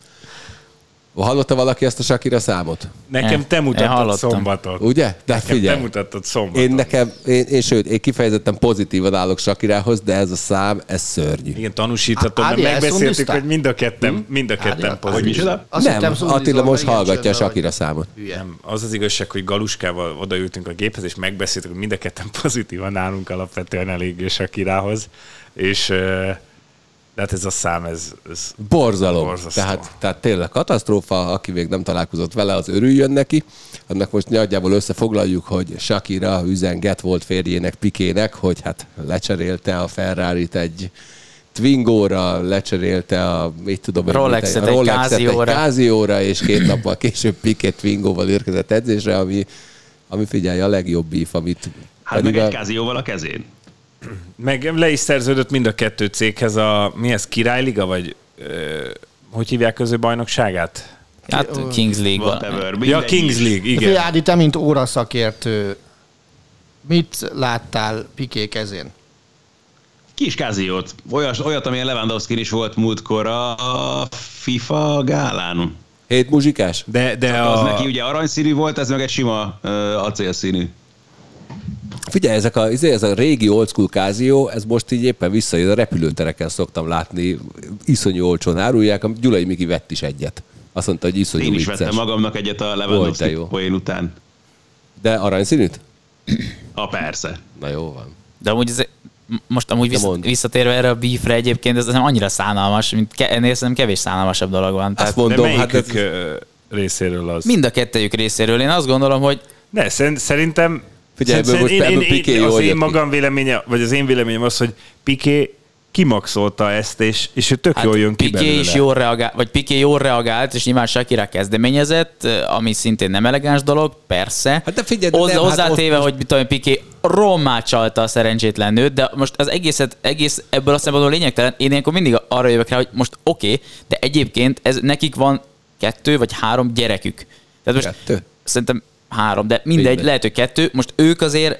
Hallotta valaki ezt a Shakira számot? Nekem te Én mutattad hallottam. szombatot. Ugye? De hát Nekem figyelj. te mutattad szombatot. Sőt, én kifejezetten pozitívan állok Shakirához, de ez a szám, ez szörnyű. Igen, tanúsíthatom, mert Ádi, megbeszéltük, elszundiztál? hogy mind a ketten Hogy pozitív. micsoda? Azt Nem, hittem, szundizol, Attila most igen, hallgatja a csődben Shakira vagy. számot. Hülye. Nem, az az igazság, hogy Galuskával odaültünk a géphez, és megbeszéltük, hogy mind a ketten pozitívan állunk alapvetően eléggé Shakirához, és hát ez a szám, ez Borzalom. borzasztó. Tehát tényleg katasztrófa, aki még nem találkozott vele, az örüljön neki. Annak most nagyjából összefoglaljuk, hogy Shakira üzenget volt férjének, Piquének, hogy hát lecserélte a Ferrarit egy Twingóra, lecserélte a, mit tudom, én, Rolexet a egy Rolexet Casio-ra. Casio-ra, és 2 nappal később Piqué Twingóval érkezett edzésre, ami figyelj, a legjobb beef, amit Hát meg pedig egy Casio-val a kezén. meg le is szerződött mind a kettő céghez a, mi ez, Királyliga, vagy hogy hívják az ő bajnokságát? hát Kings League-ban. Whatever. Ja, mindegy Kings is. League, Figyelj, igen. Ádi, te mint óraszakértő, mit láttál Piqué kezén? Kis Casio-t. Olyat, amilyen Lewandowski is volt múltkor a FIFA gálán. 7 muzsikás? De Az neki ugye aranyszínű volt, ez meg egy sima acélszínű. Figyelj, ez a régi old school Casio, ez most így éppen visszajön, a repülőtereken szoktam látni, iszonyú olcsón árulják, a Gyulai Miki vett is egyet. Azt mondta, hogy iszonyú Én is vicces. vettem magamnak egyet a Volt, de Lewandowski jó. poén után. De aranyszínűt? Persze. Na jó van. De amúgy most amúgy mondd. visszatérve erre a beefre egyébként, ez nem annyira szánalmas, mint ennél szerintem kevés szánalmasabb dolog van. Azt Tehát de mondom, hát melyikük ez, részéről az? mind a kettejük részéről én azt gondolom, hogy Ne, szerintem... Figyelj, ebből most ebből Piqué jól az jött én ki. magam véleménye, vagy az én véleményem az, hogy Piqué kimaxolta ezt, és ő tök jól jön ki Piqué is jól reagált, vagy Piqué jól reagált, és nyilván Shakira kezdeményezett, ami szintén nem elegáns dolog, persze. Hát de figyelj, de nem, hát hozzátéve, ott- hogy mit tudom, Piqué rommá csalta a szerencsétlen nőt, de most az egész ebből a szempontból lényegtelen. Én ilyenkor mindig arra jövök rá, hogy most oké, de egyébként nekik van 2 vagy 3 gyerekük. Tehát most 2? szerintem 3, de mindegy, Mindegy. lehet, hogy 2. Most ők azért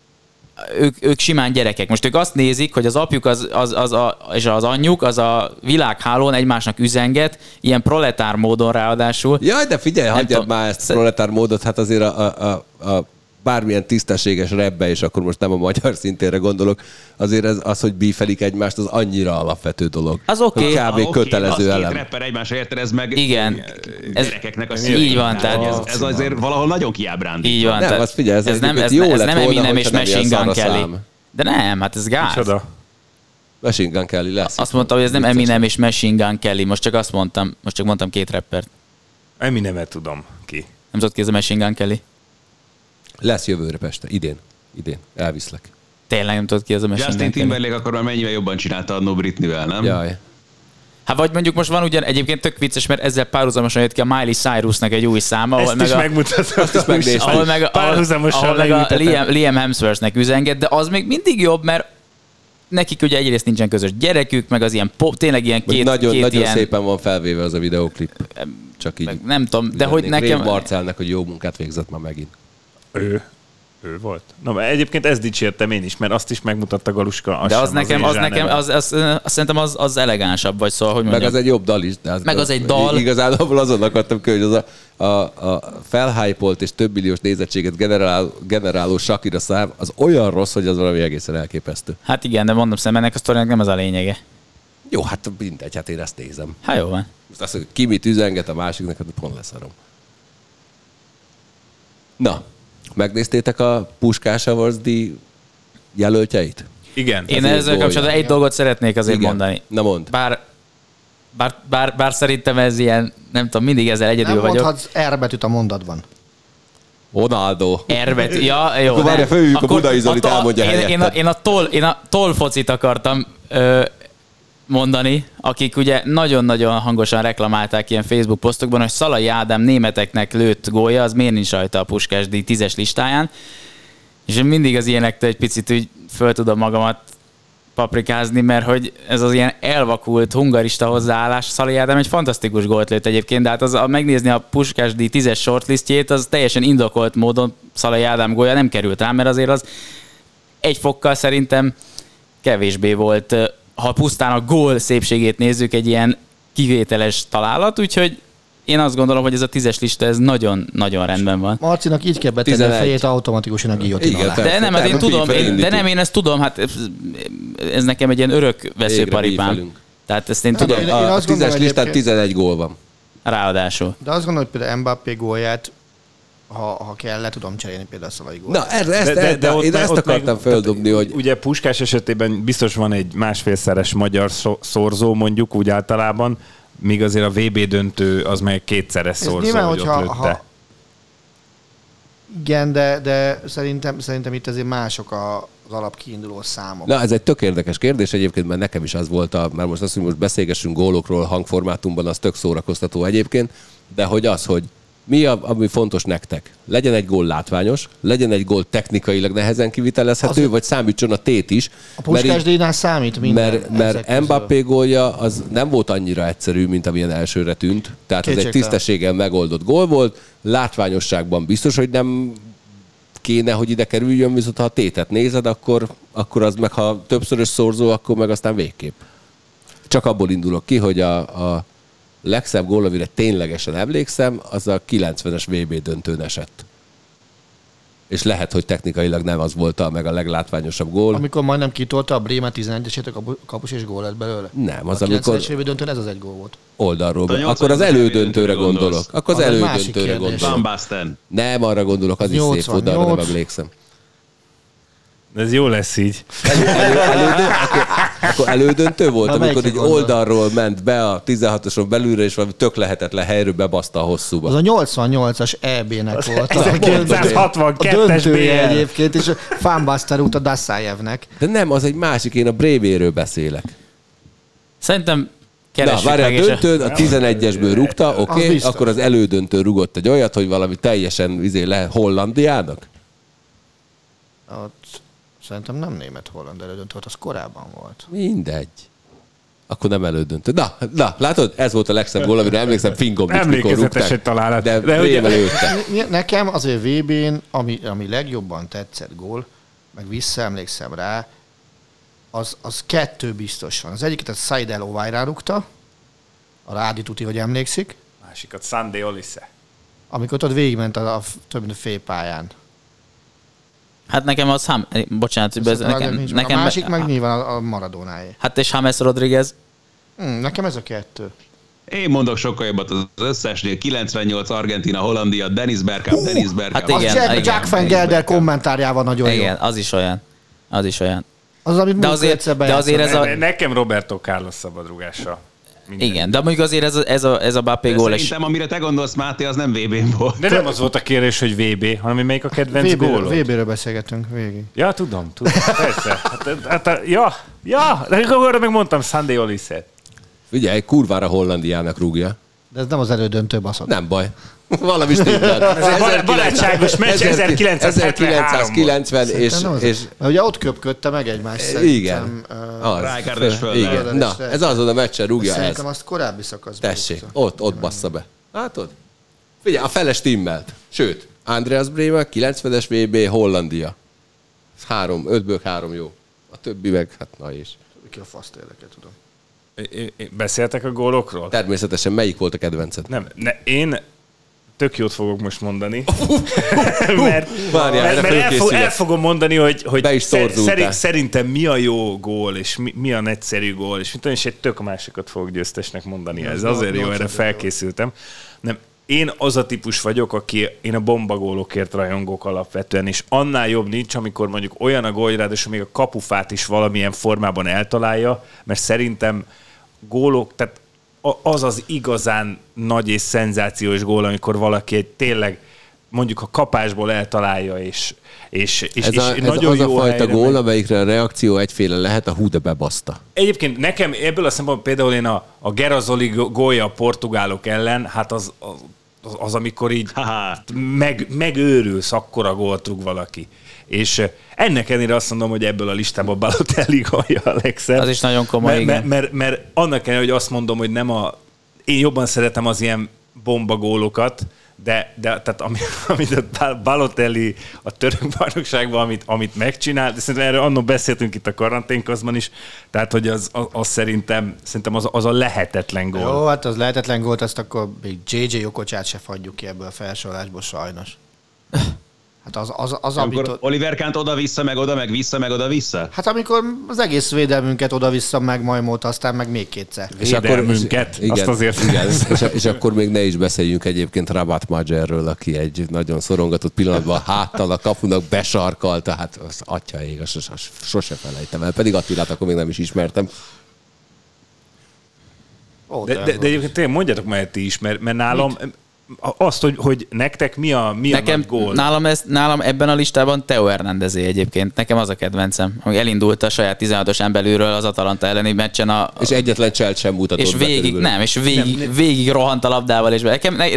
ők simán gyerekek. Most ők azt nézik, hogy az apjuk és az anyjuk az a világhálón egymásnak üzenget, ilyen proletár módon ráadásul. Jaj, de figyelj, hagyjad tudom. már ezt a proletár módot, hát azért a bármilyen tisztességes rapbe, és akkor most nem a magyar szintére gondolok, azért az, hogy bífelik egymást, az annyira alapvető dolog. Az oké. Hogy kb. Oké, kötelező az elem. két rapper egymásra érted, ez meg Igen. Ez, gyerekeknek a így van, tehát ez azért valahol nagyon kiábrándít. így van. Nem, tehát azt figyelj, ez ez nem, egyébként ez, jó ez lett nem volna, Eminem és hogyha nem ilyen Machine Gun szar a Kelly. szám. De nem, hát ez gáz. Micsoda? Machine Gun Kelly lesz. Azt mondta, hogy ez nem Eminem és Machine Gun Kelly. Most csak mondtam 2 rappert. Eminemet tudom ki. Nem tudod ki ez a Machine Gun Kelly? Lesz jövőre Peste. Idén. Elviszlek. Tényleg nem tudod ki ez a Machine Justin Gun Kelly? Timberlake akkor már mennyivel jobban csinálta annó Britney-vel, nem? Jaj. Hát vagy mondjuk most van ugyan egyébként tök vicces, mert ezzel párhuzamosan jött ki a Miley Cyrusnak egy új száma, ahol Ezt meg is megmutatom. Ezt is megnéztem. ahol meg a Liam Hemsworthnek üzenget, de az még mindig jobb, mert nekik ugye egyrészt nincsen közös gyerekük, meg az ilyen pop, tényleg ilyen két Nagyon ilyen, szépen van felvéve az a videóklip. Csak így. meg nem tudom, de hogy nekem... Rév Marcelnek, hogy jó munkát végzett már megint. Ő volt. Na, mert egyébként ezt dicsértem én is, mert azt is megmutatta Galuska. De az nekem, szerintem az elegánsabb, vagy szóval, hogy Meg mondjam. az egy jobb dal is. De Meg az egy dal. Igazából azon akartam ki, hogy az a felhypolt és több milliós nézettséget generáló Shakira szám, az olyan rossz, hogy az valami egészen elképesztő. Hát igen, de mondom szemben, ennek a sztorinak nem ez a lényege. Jó, hát mindegy, hát én ezt nézem. Hát jó van. Most azt, hogy ki mit üzenget a másiknak, hát pont leszarom. Na, megnéztétek a Puskás Awards díj jelöltjeit? Igen. Én Azért ezzel kapcsolatban egy dolgot szeretnék azért mondani. Na mondd. Bár szerintem ez ilyen, nem tudom, mindig ezzel egyedül Nem vagyok. mondhatsz R betűt a mondatban. Ronaldo. Erbet. Ja, jó. Akkor várjál, fölhívjuk a Budai Zolit, elmondja helyetted. Én a tollfocit akartam mondani, akik ugye nagyon-nagyon hangosan reklamálták ilyen Facebook posztokban, hogy Szalai Ádám németeknek lőtt gólja, az miért nincs rajta a Puskás díj 10-es listáján. És én mindig az ilyenektől egy picit úgy föl tudom magamat paprikázni, mert hogy ez az ilyen elvakult hungarista hozzáállás. Szalai Ádám egy fantasztikus gólt lőtt egyébként, de hát az, megnézni a Puskás díj 10-es shortlistjét, az teljesen indokolt módon Szalai Ádám gólja nem került rá, mert azért az egy fokkal szerintem kevésbé volt, ha pusztán a gól szépségét nézzük, egy ilyen kivételes találat, úgyhogy én azt gondolom, hogy ez a 10-es lista, ez nagyon-nagyon rendben van. Marcinak így kell betenni a fejét automatikusan a guillotine alá. De nem, hát én tudom, én ezt tudom, hát ez nekem egy ilyen örök veszőparipám. Tehát ezt én tudom. A 10-es listán 11 gól van. Ráadásul. De azt gondolom, hogy például Mbappé gólját, ha kell, le tudom cserélni például a Szalai gólját. Na, én ezt akartam földobni, hogy... Ugye Puskás esetében biztos van egy másfélszeres magyar szorzó, mondjuk úgy általában, míg azért a VB döntő az meg kétszeres szorzó, nyilván, hogy ott lőtte. Igen, de szerintem itt azért mások az alapkiinduló számok. Na, ez egy tök érdekes kérdés egyébként, mert nekem is az volt, mert most azt, hogy most beszélgessünk gólokról hangformátumban, az tök szórakoztató egyébként, de hogy az, hogy mi ami fontos nektek? Legyen egy gól látványos, legyen egy gól technikailag nehezen kivitelezhető, vagy számítson a tét is. A Puskás díjnál számít minden. Mert Mbappé gólja az nem volt annyira egyszerű, mint amilyen elsőre tűnt. Tehát ez egy tisztességgel megoldott gól volt. Látványosságban biztos, hogy nem kéne, hogy ide kerüljön, viszont ha a tétet nézed, akkor az meg, ha többszörös szorzó, akkor meg aztán végképp. Csak abból indulok ki, hogy a legszebb gól, amire ténylegesen emlékszem, az a 90-es VB döntőn esett. És lehet, hogy technikailag nem az volt meg a leglátványosabb gól. Amikor majdnem kitolta a Bréma 11-esét a kapus és gól lett belőle? Nem, az a amikor... 90-es VB döntőn ez az egy gól volt. Oldalról. Akkor az elődöntőre gondolok. Akkor az elődöntőre gondolok. Van Basten. Nem, arra gondolok, az is szép volt, de arra nem emlékszem. Ez jó lesz így. Akkor elődöntő volt, amikor így oldalról ment be a 16-oson belülre, és valami tök lehetetlen helyről bebaszta a hosszúba. Az a 88-as EB-nek volt. 1962-es döntője egyébként, és Fanbuster út a Daszájevnek. De nem, az egy másik, én a Bréméről beszélek. Szerintem keressük meg. meg. A döntőn a 11-esből rúgta, oké, akkor az elődöntőn rúgott egy olyat, hogy valami teljesen Hollandiának? Szerintem nem német-holland elődöntő volt, az korábban volt. Mindegy. Akkor nem elődöntő. Na, látod? Ez volt a legszebb gól, amire emlékszem, Fingombics, mikor rúgták. Találat. De Brém előtte. Nekem azért VB-n, ami legjobban tetszett gól, meg visszaemlékszem rá, az kettő biztos van. Az egyiket a Said El Owairá rúgta, a Rádi tuti, hogy emlékszik. Másikat Sunday Olise. Amikor ott végigment több mint a félpályán. Hát nekem az bocsánat, nekem a másik meg nyilván a Maradonáé. Hát és James Rodriguez? Nekem ez a kettő. Én mondok sokkal jobbat az összesnél. 98 Argentina, Hollandia, Dennis Bergkamp. Hát igen, az Jack Van Gelder kommentárjával nagyon jó. Igen, az is olyan. Az, amit de azért ez a... Nekem Roberto Carlos szabadrugása. Igen, de mondjuk azért ez a Mbappé gól is. Szerintem, amire te gondolsz, Máté, az nem VB-n volt. De nem az volt a kérdés, hogy VB, hanem melyik a kedvenc gólod. VB-ről beszélgetünk végig. Ja, tudom, persze. De akkor meg mondtam Sunday Olise-t. Figyelj, kurvára Hollandiának rúgja. De ez nem az elődöntő baszod. Nem baj. Valami stimmel. Barátságos meccs 1990 és ugye ott köpködte meg egymást szerintem. Igen. Na, ez azon a meccsen rúgja ez. Szerintem azt korábbi szakaszban. Tessék, ott bassza be. Látod? Figyelj, a fele stimmelt. Sőt, Andreas Brehme, 90-es VB, Hollandia. 5-ből 3 jó. A többi meg, hát na és. Ki a fasz tényleg, tudom. Beszéltek a gólokról? Természetesen, melyik volt a kedvenced? Nem, én tök jót fogok most mondani. mert el fogom mondani, hogy szerintem mi a jó gól, és mi a nagyszerű gól, és egy tök másikat fogok győztesnek mondani. Ez azért jó, erre felkészültem. Nem, én az a típus vagyok, én a bombagólokért rajongok alapvetően, és annál jobb nincs, amikor mondjuk olyan a gól, ráadásul még a kapufát is valamilyen formában eltalálja, mert szerintem gólok, tehát az igazán nagy és szenzációs gól, amikor valaki egy tényleg mondjuk a kapásból eltalálja, és nagyon jó a fajta gól, megy. amelyikre a reakció egyféle lehet, a hú de bebaszta. Egyébként nekem ebből a szempontból például én a Gerazoli gólja a portugálok ellen, hát az amikor így megőrülsz, akkora gólt rúg valaki. És ennek ellenére azt mondom, hogy ebből a listából Balotelli gólja a legszebb. Az is nagyon komoly, igen. Mert annak ellenére, hogy azt mondom, hogy én jobban szeretem az ilyen bombagólokat, de tehát amit a Balotelli a török bajnokságban, amit megcsinált, de szerintem erről annól beszéltünk itt a karanténkazban is, tehát hogy az szerintem az a lehetetlen gól. Jó, hát az lehetetlen gólt, azt akkor még JJ Okocsát se fagyjuk ki ebből a felsorolásból, sajnos. Hát az amikor Oliver Kahnt oda-vissza, meg oda, meg vissza, meg oda-vissza? Hát amikor az egész védelmünket oda-vissza megmajmolt, aztán meg még kétszer. Védelmünket, azt azért... Igen, és akkor még ne is beszéljünk egyébként Rabat Majerről, aki egy nagyon szorongatott pillanatban háttal a kapunak besarkalta, hát az atya ég, sose felejtem el, pedig Attilát akkor még nem is ismertem. De egyébként tényleg mondjátok már ti is, mert nálam... Azt, hogy nektek mi a nagy gól? Nálam ebben a listában Theo Hernándezé egyébként. Nekem az a kedvencem, hogy elindult a saját 16-os belülről az Atalanta elleni meccsen. És egyetlen cselt sem mutatott és végig rohant a labdával. És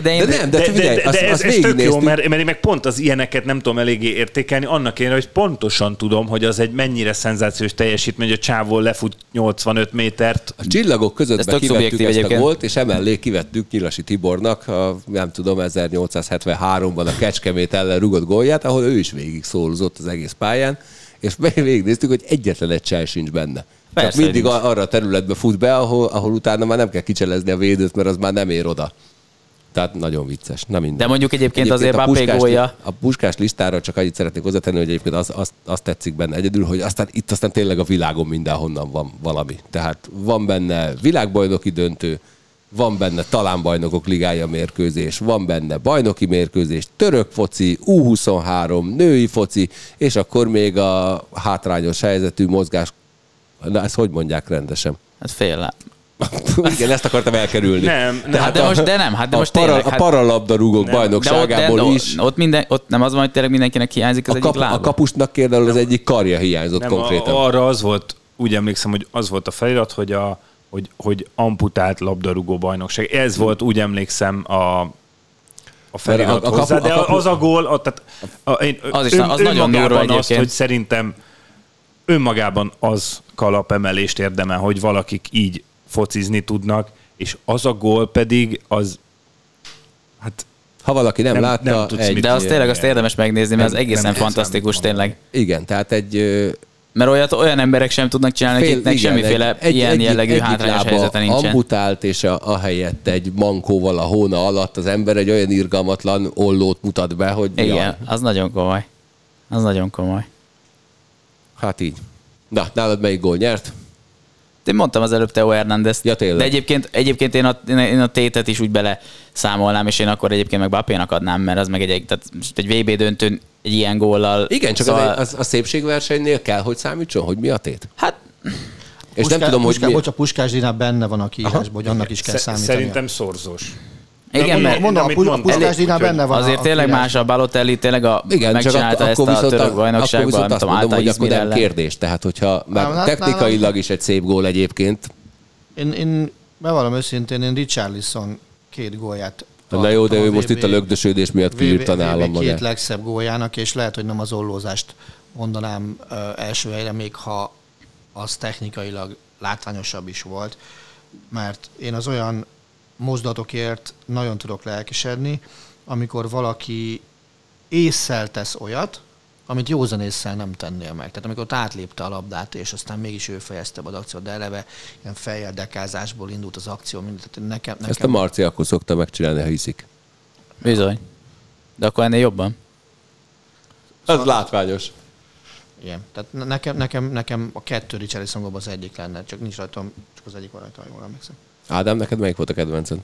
ez tök jó, mert én meg pont az ilyeneket nem tudom eléggé értékelni, annak ellenére, hogy pontosan tudom, hogy az egy mennyire szenzációs teljesítmény, hogy a csávó lefut 85 métert. A csillagok között kivettük ezt a gólt, és emellé kivettük Nyilasi Tibornak nem tudom, 1873-ban a Kecskemét ellen rugott gólját, ahol ő is végig szólózott az egész pályán, és végignéztük, hogy egyetlen egy csel sincs benne. Persze, csak mindig arra a területbe fut be, ahol utána már nem kell kicselezni a védőt, mert az már nem ér oda. Tehát nagyon vicces. Na minden. De mondjuk egyébként azért Mbappé gólja... A Puskás listára csak annyit szeretnék hozzátenni, hogy egyébként azt tetszik benne egyedül, hogy aztán tényleg a világon mindenhonnan van valami. Tehát van benne világbajnoki döntő, van benne talán bajnokok ligája mérkőzés, van benne bajnoki mérkőzés, török foci, U23, női foci, és akkor még a hátrányos helyzetű mozgás. Na, ezt hogy mondják rendesen? Hát fél. Igen, ezt akartam elkerülni. De most tényleg. A paralabdarúgók bajnokságából is. Ott nem az van, hogy tényleg mindenkinek hiányzik az egyik lába? A kapusnak például az egyik karja hiányzott konkrétan. Arra az volt, úgy emlékszem, hogy az volt a felirat, hogy amputált labdarúgó bajnokság. Ez volt, úgy emlékszem, a felirat hozzá, de az a gól, az nagyon durva egyébként. Hogy szerintem önmagában az kalapemelést érdemel, hogy valakik így focizni tudnak, és az a gól pedig az, hát ha valaki nem látta, de az tényleg azt érdemes megnézni, mert az egészen fantasztikus tényleg. Igen, tehát mert olyan emberek sem tudnak csinálni, akiknek semmiféle ilyen jellegű hátrányos helyzete nincsen. Amputált, és ahelyett egy mankóval a hóna alatt az ember egy olyan irgalmatlan ollót mutat be, hogy... Igen, az nagyon komoly. Az nagyon komoly. Hát így. Na, nálad melyik gól nyert? Én mondtam az előbb Theo Hernández. Ja, de egyébként én a tétet is úgy bele számolnám, és én akkor egyébként meg Bappénak adnám, mert az meg egy VB döntőn egy ilyen góllal. Igen, csak a szépségversenynél kell, hogy számítson, hogy mi a tét? Hát... És nem tudom, hogy a Puskás Dinál benne van a kiírásban, hogy annak is kell számítani. Szerintem szorzós. Igen, mert mondom, a Puskás Dinál benne van. Azért tényleg más a Balotelli, tényleg megcsinálta ezt a török bajnokságban, akkor viszont azt mondom, hogy akkor nem kérdés. Tehát, hogyha már technikailag is egy szép gól egyébként. Én bevallom őszintén, én Richarlison 2 gólját. Na jó, de ő most itt a lögdösödés miatt kiírta nálam magát. 2 legszebb góljának, és lehet, hogy nem az ollózást mondanám első helyre, még ha az technikailag látványosabb is volt, mert én az olyan mozdulatokért nagyon tudok lelkesedni, amikor valaki ésszel tesz olyat, amit józan ésszel nem tennél meg. Tehát amikor átlépte a labdát, és aztán mégis ő fejezte be az akciót, de eleve ilyen fejjel dekázásból indult az akció. Nekem... Ezt a Marci akkor szokta megcsinálni, ha hiszik. Bizony. De akkor ennél jobban. Ez látványos. Igen. Tehát nekem a 2 Richarlison gólban az egyik lenne, csak nincs rajtam, csak az egyik van rajta, jól emlékszem. Ádám, neked melyik volt a kedvenced?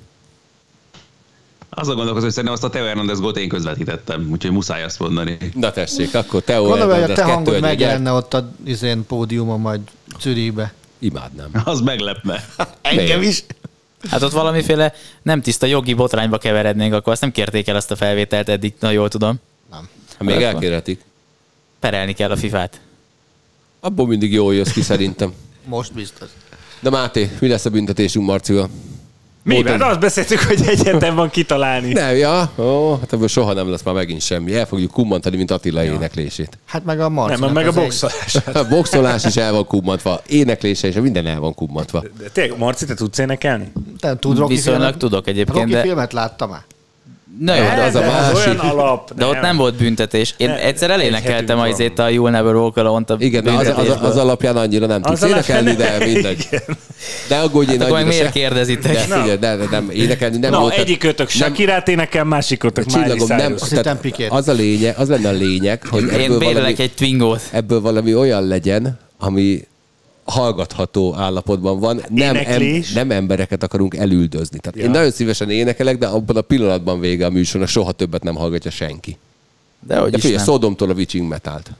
Azon gondolkozom, hogy szerintem azt a Theo Hernández gólt én közvetítettem, úgyhogy muszáj azt mondani. Na tessék, akkor Theo Hernández 2-1. Gondolom, hogy a te hangod megjelenne ott a pódiumon majd Zürichbe. Imádnám. Az meglepne. Engem is. Hát ott valamiféle nem tiszta jogi botrányba keverednénk, akkor azt nem kérték el azt a felvételt eddig, na jól tudom. Nem. Még elkérhetik. Perelni kell a FIFA-t. Abból mindig jól jössz ki szerintem. Most biztos. De Máté, mi lesz a büntetésünk Marcival? Mivel? Azt beszéltük, hogy egyetem van kitalálni. Nem, hát ebből soha nem lesz már megint semmi. El fogjuk kummantani, mint Attila éneklését. Hát meg a Marcinak. Nem, meg a az egy- boxolás. A boxolás is el van kummantva, éneklése is, minden el van kummantva. De tényleg, Marci, te tudsz énekelni? Te tud Rocky Viszonylag filmet? tudok egyébként, Rocky de... filmet láttam már. Na jó, de az a Ez másik. olyan alap. de ott nem volt büntetés. Én egyszer elénekeltem Egy azért a You'll Never Walk Alone-t a Igen, de az alapján annyira nem tudsz énekelni, de mindegy. De aggódj, én Hát akkor meg annyira miért kérdezitek? De figyelj, de nem énekelni nem Na, volt. egyikötök Shakirát énekel, másikötök Miley Csillagom, nem. Cyrus. Azt hittem Tehát Pikét. az a lényeg, az lenne a lényeg, hogy Én bérlek egy Twingót. ebből valami olyan legyen, ami hallgatható állapotban van. Éneklés? Nem embereket akarunk elüldözni. Tehát én nagyon szívesen énekelek, de abban a pillanatban vége a műsornak, soha többet nem hallgatja senki. De hogy De is figyelj, nem. Sodomtól a Witching Metalt.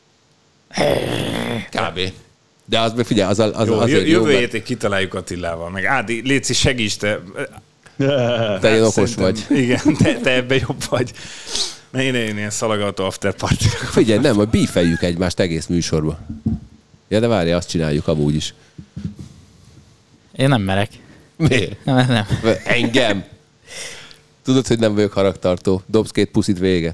Kb. De az, figyelj, Jó, azért jó, jövő mert hétig kitaláljuk Attilával. Meg Ádi, Léci, segíts te. te ilyen okos Szerintem- vagy. Igen, te ebben jobb vagy. Én ilyen szalagató after party. Figyelj, nem, hogy bífeljük egymást egész műsorban. Ja, de várj, azt csináljuk amúgy is. Én nem merek. Miért? Nem. Engem? Tudod, hogy nem vagyok haragtartó. Dobsz két puszit, vége.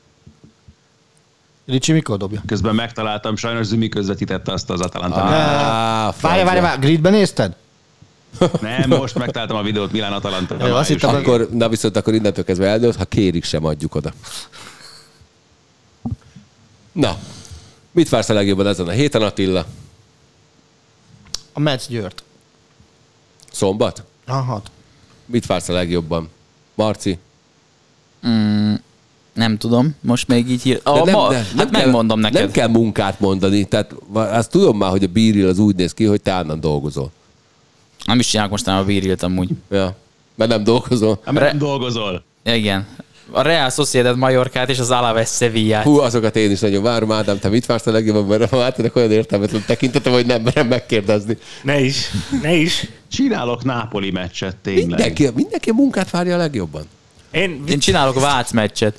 Ricsi mikor dobja? Közben megtaláltam, sajnos Zümi közvetítette azt az Atalanta. Várj, gridben nézted? Nem, most megtaláltam a videót Milán Atalanta. Jó, azt hittem, Akkor innentől kezdve eldőlt, ha kérik, sem adjuk oda. Na, mit vársz a legjobban ezen a héten, Attila? A Metz Győrt. Szombat? Aha. Mit vársz a legjobban? Marci? Nem tudom, most még így hír... De Hát megmondom neked. Nem kell munkát mondani, tehát azt tudom már, hogy a bíril az úgy néz ki, hogy te állandóan dolgozol. Nem is csinálok mostanában a bírilt amúgy. Ja, mert nem dolgozol. Nem dolgozol. Igen. A Real Sociedad Mallorcát és az Alaves Sevillát. Hú, azokat én is nagyon várom, Ádám, te mit vársz a legjobban, mert a Mátének olyan értelmetlen tekintetem, hogy nem merem megkérdezni. Ne is. Csinálok Nápoli meccset, tényleg. Mindenki a munkát várja a legjobban. Én csinálok a Vác meccset.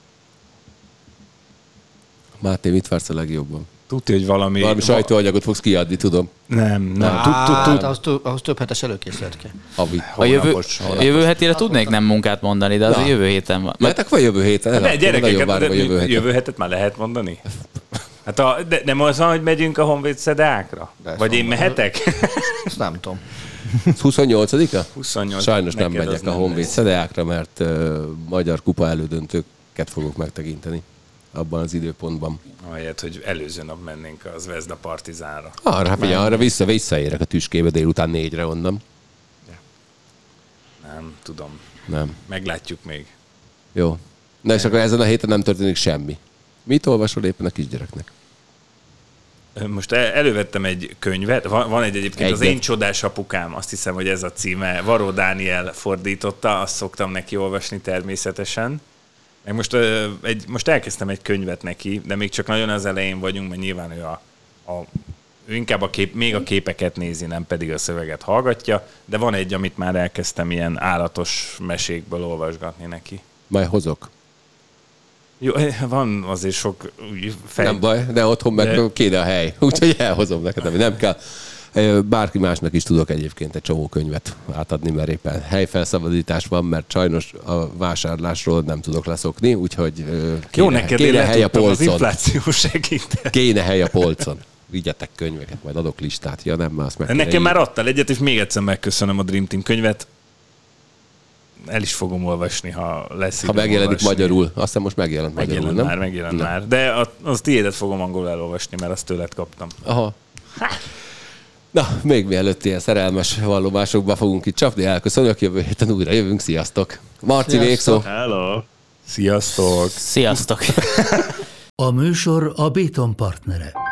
Máté, mit vársz a legjobban? Tudja, hogy valami sajtóanyagot fogsz kiadni, tudom. Nem. Ahhoz több hetes előkészület kell. Havi. A jövő hetére tudnék nem munkát mondani, de az a jövő héten van. Mehetek vagy jövő héten? De gyerekeket, várom a jövő hetet már lehet mondani? Hát de nem az van, hogy megyünk a Honvéd Szedeákra? Vagy én mehetek? Ezt nem tudom. 28-a? 28. Sajnos nem Neked az megyek a nem Honvéd lesz. Szedeákra, mert magyar kupa elődöntőket fogok megtekinteni abban az időpontban. Ahelyett, hogy előző nap mennénk a Zvezda Partizánra. Arra visszaérek a Tüskébe délután 4-re onnan. Nem, tudom. Nem. Meglátjuk még. Jó. Na és akkor ezen a héten nem történik semmi. Mit olvasol éppen a kisgyereknek? Most elővettem egy könyvet, van egy egyébként Az Egyet. én csodás apukám, azt hiszem, hogy ez a címe, Varó Dániel fordította, azt szoktam neki olvasni természetesen. Meg most elkezdtem egy könyvet neki, de még csak nagyon az elején vagyunk, mert nyilván ő inkább még a képeket nézi, nem pedig a szöveget hallgatja, de van egy, amit már elkezdtem ilyen állatos mesékből olvasgatni neki. Majd hozok. Jó, van azért sok Nem baj, de otthon meg kéne a hely. Úgyhogy elhozom neked, ami nem kell. Bárki másnak is tudok egyébként egy csomó könyvet átadni, mert éppen helyfelszabadítás van, mert sajnos a vásárlásról nem tudok leszokni, úgyhogy Jó, neked én kéne hely a letudtam, az polcon. infláció segít. Kéne hely a polcon. Vigyetek könyveket, majd adok listát. Ja, nem, már azt meg kéne Nekem írni. már adtál egyet, és még egyszer megköszönöm a Dream Team könyvet. El is fogom olvasni, ha lesz Ha időm megjelenik olvasni. magyarul. Azt hiszem most megjelent magyarul, nem? Megjelent Na. már. De az tiédet fogom angolul elolvasni, mert azt tőled kaptam. Aha. Na, még mielőtt ilyen szerelmes vallomásokba fogunk itt csapni, elköszönök, jövő héten újra jövünk, sziasztok! Marci, végszó! Hello! Sziasztok! Sziasztok! A műsor a Béton partnere.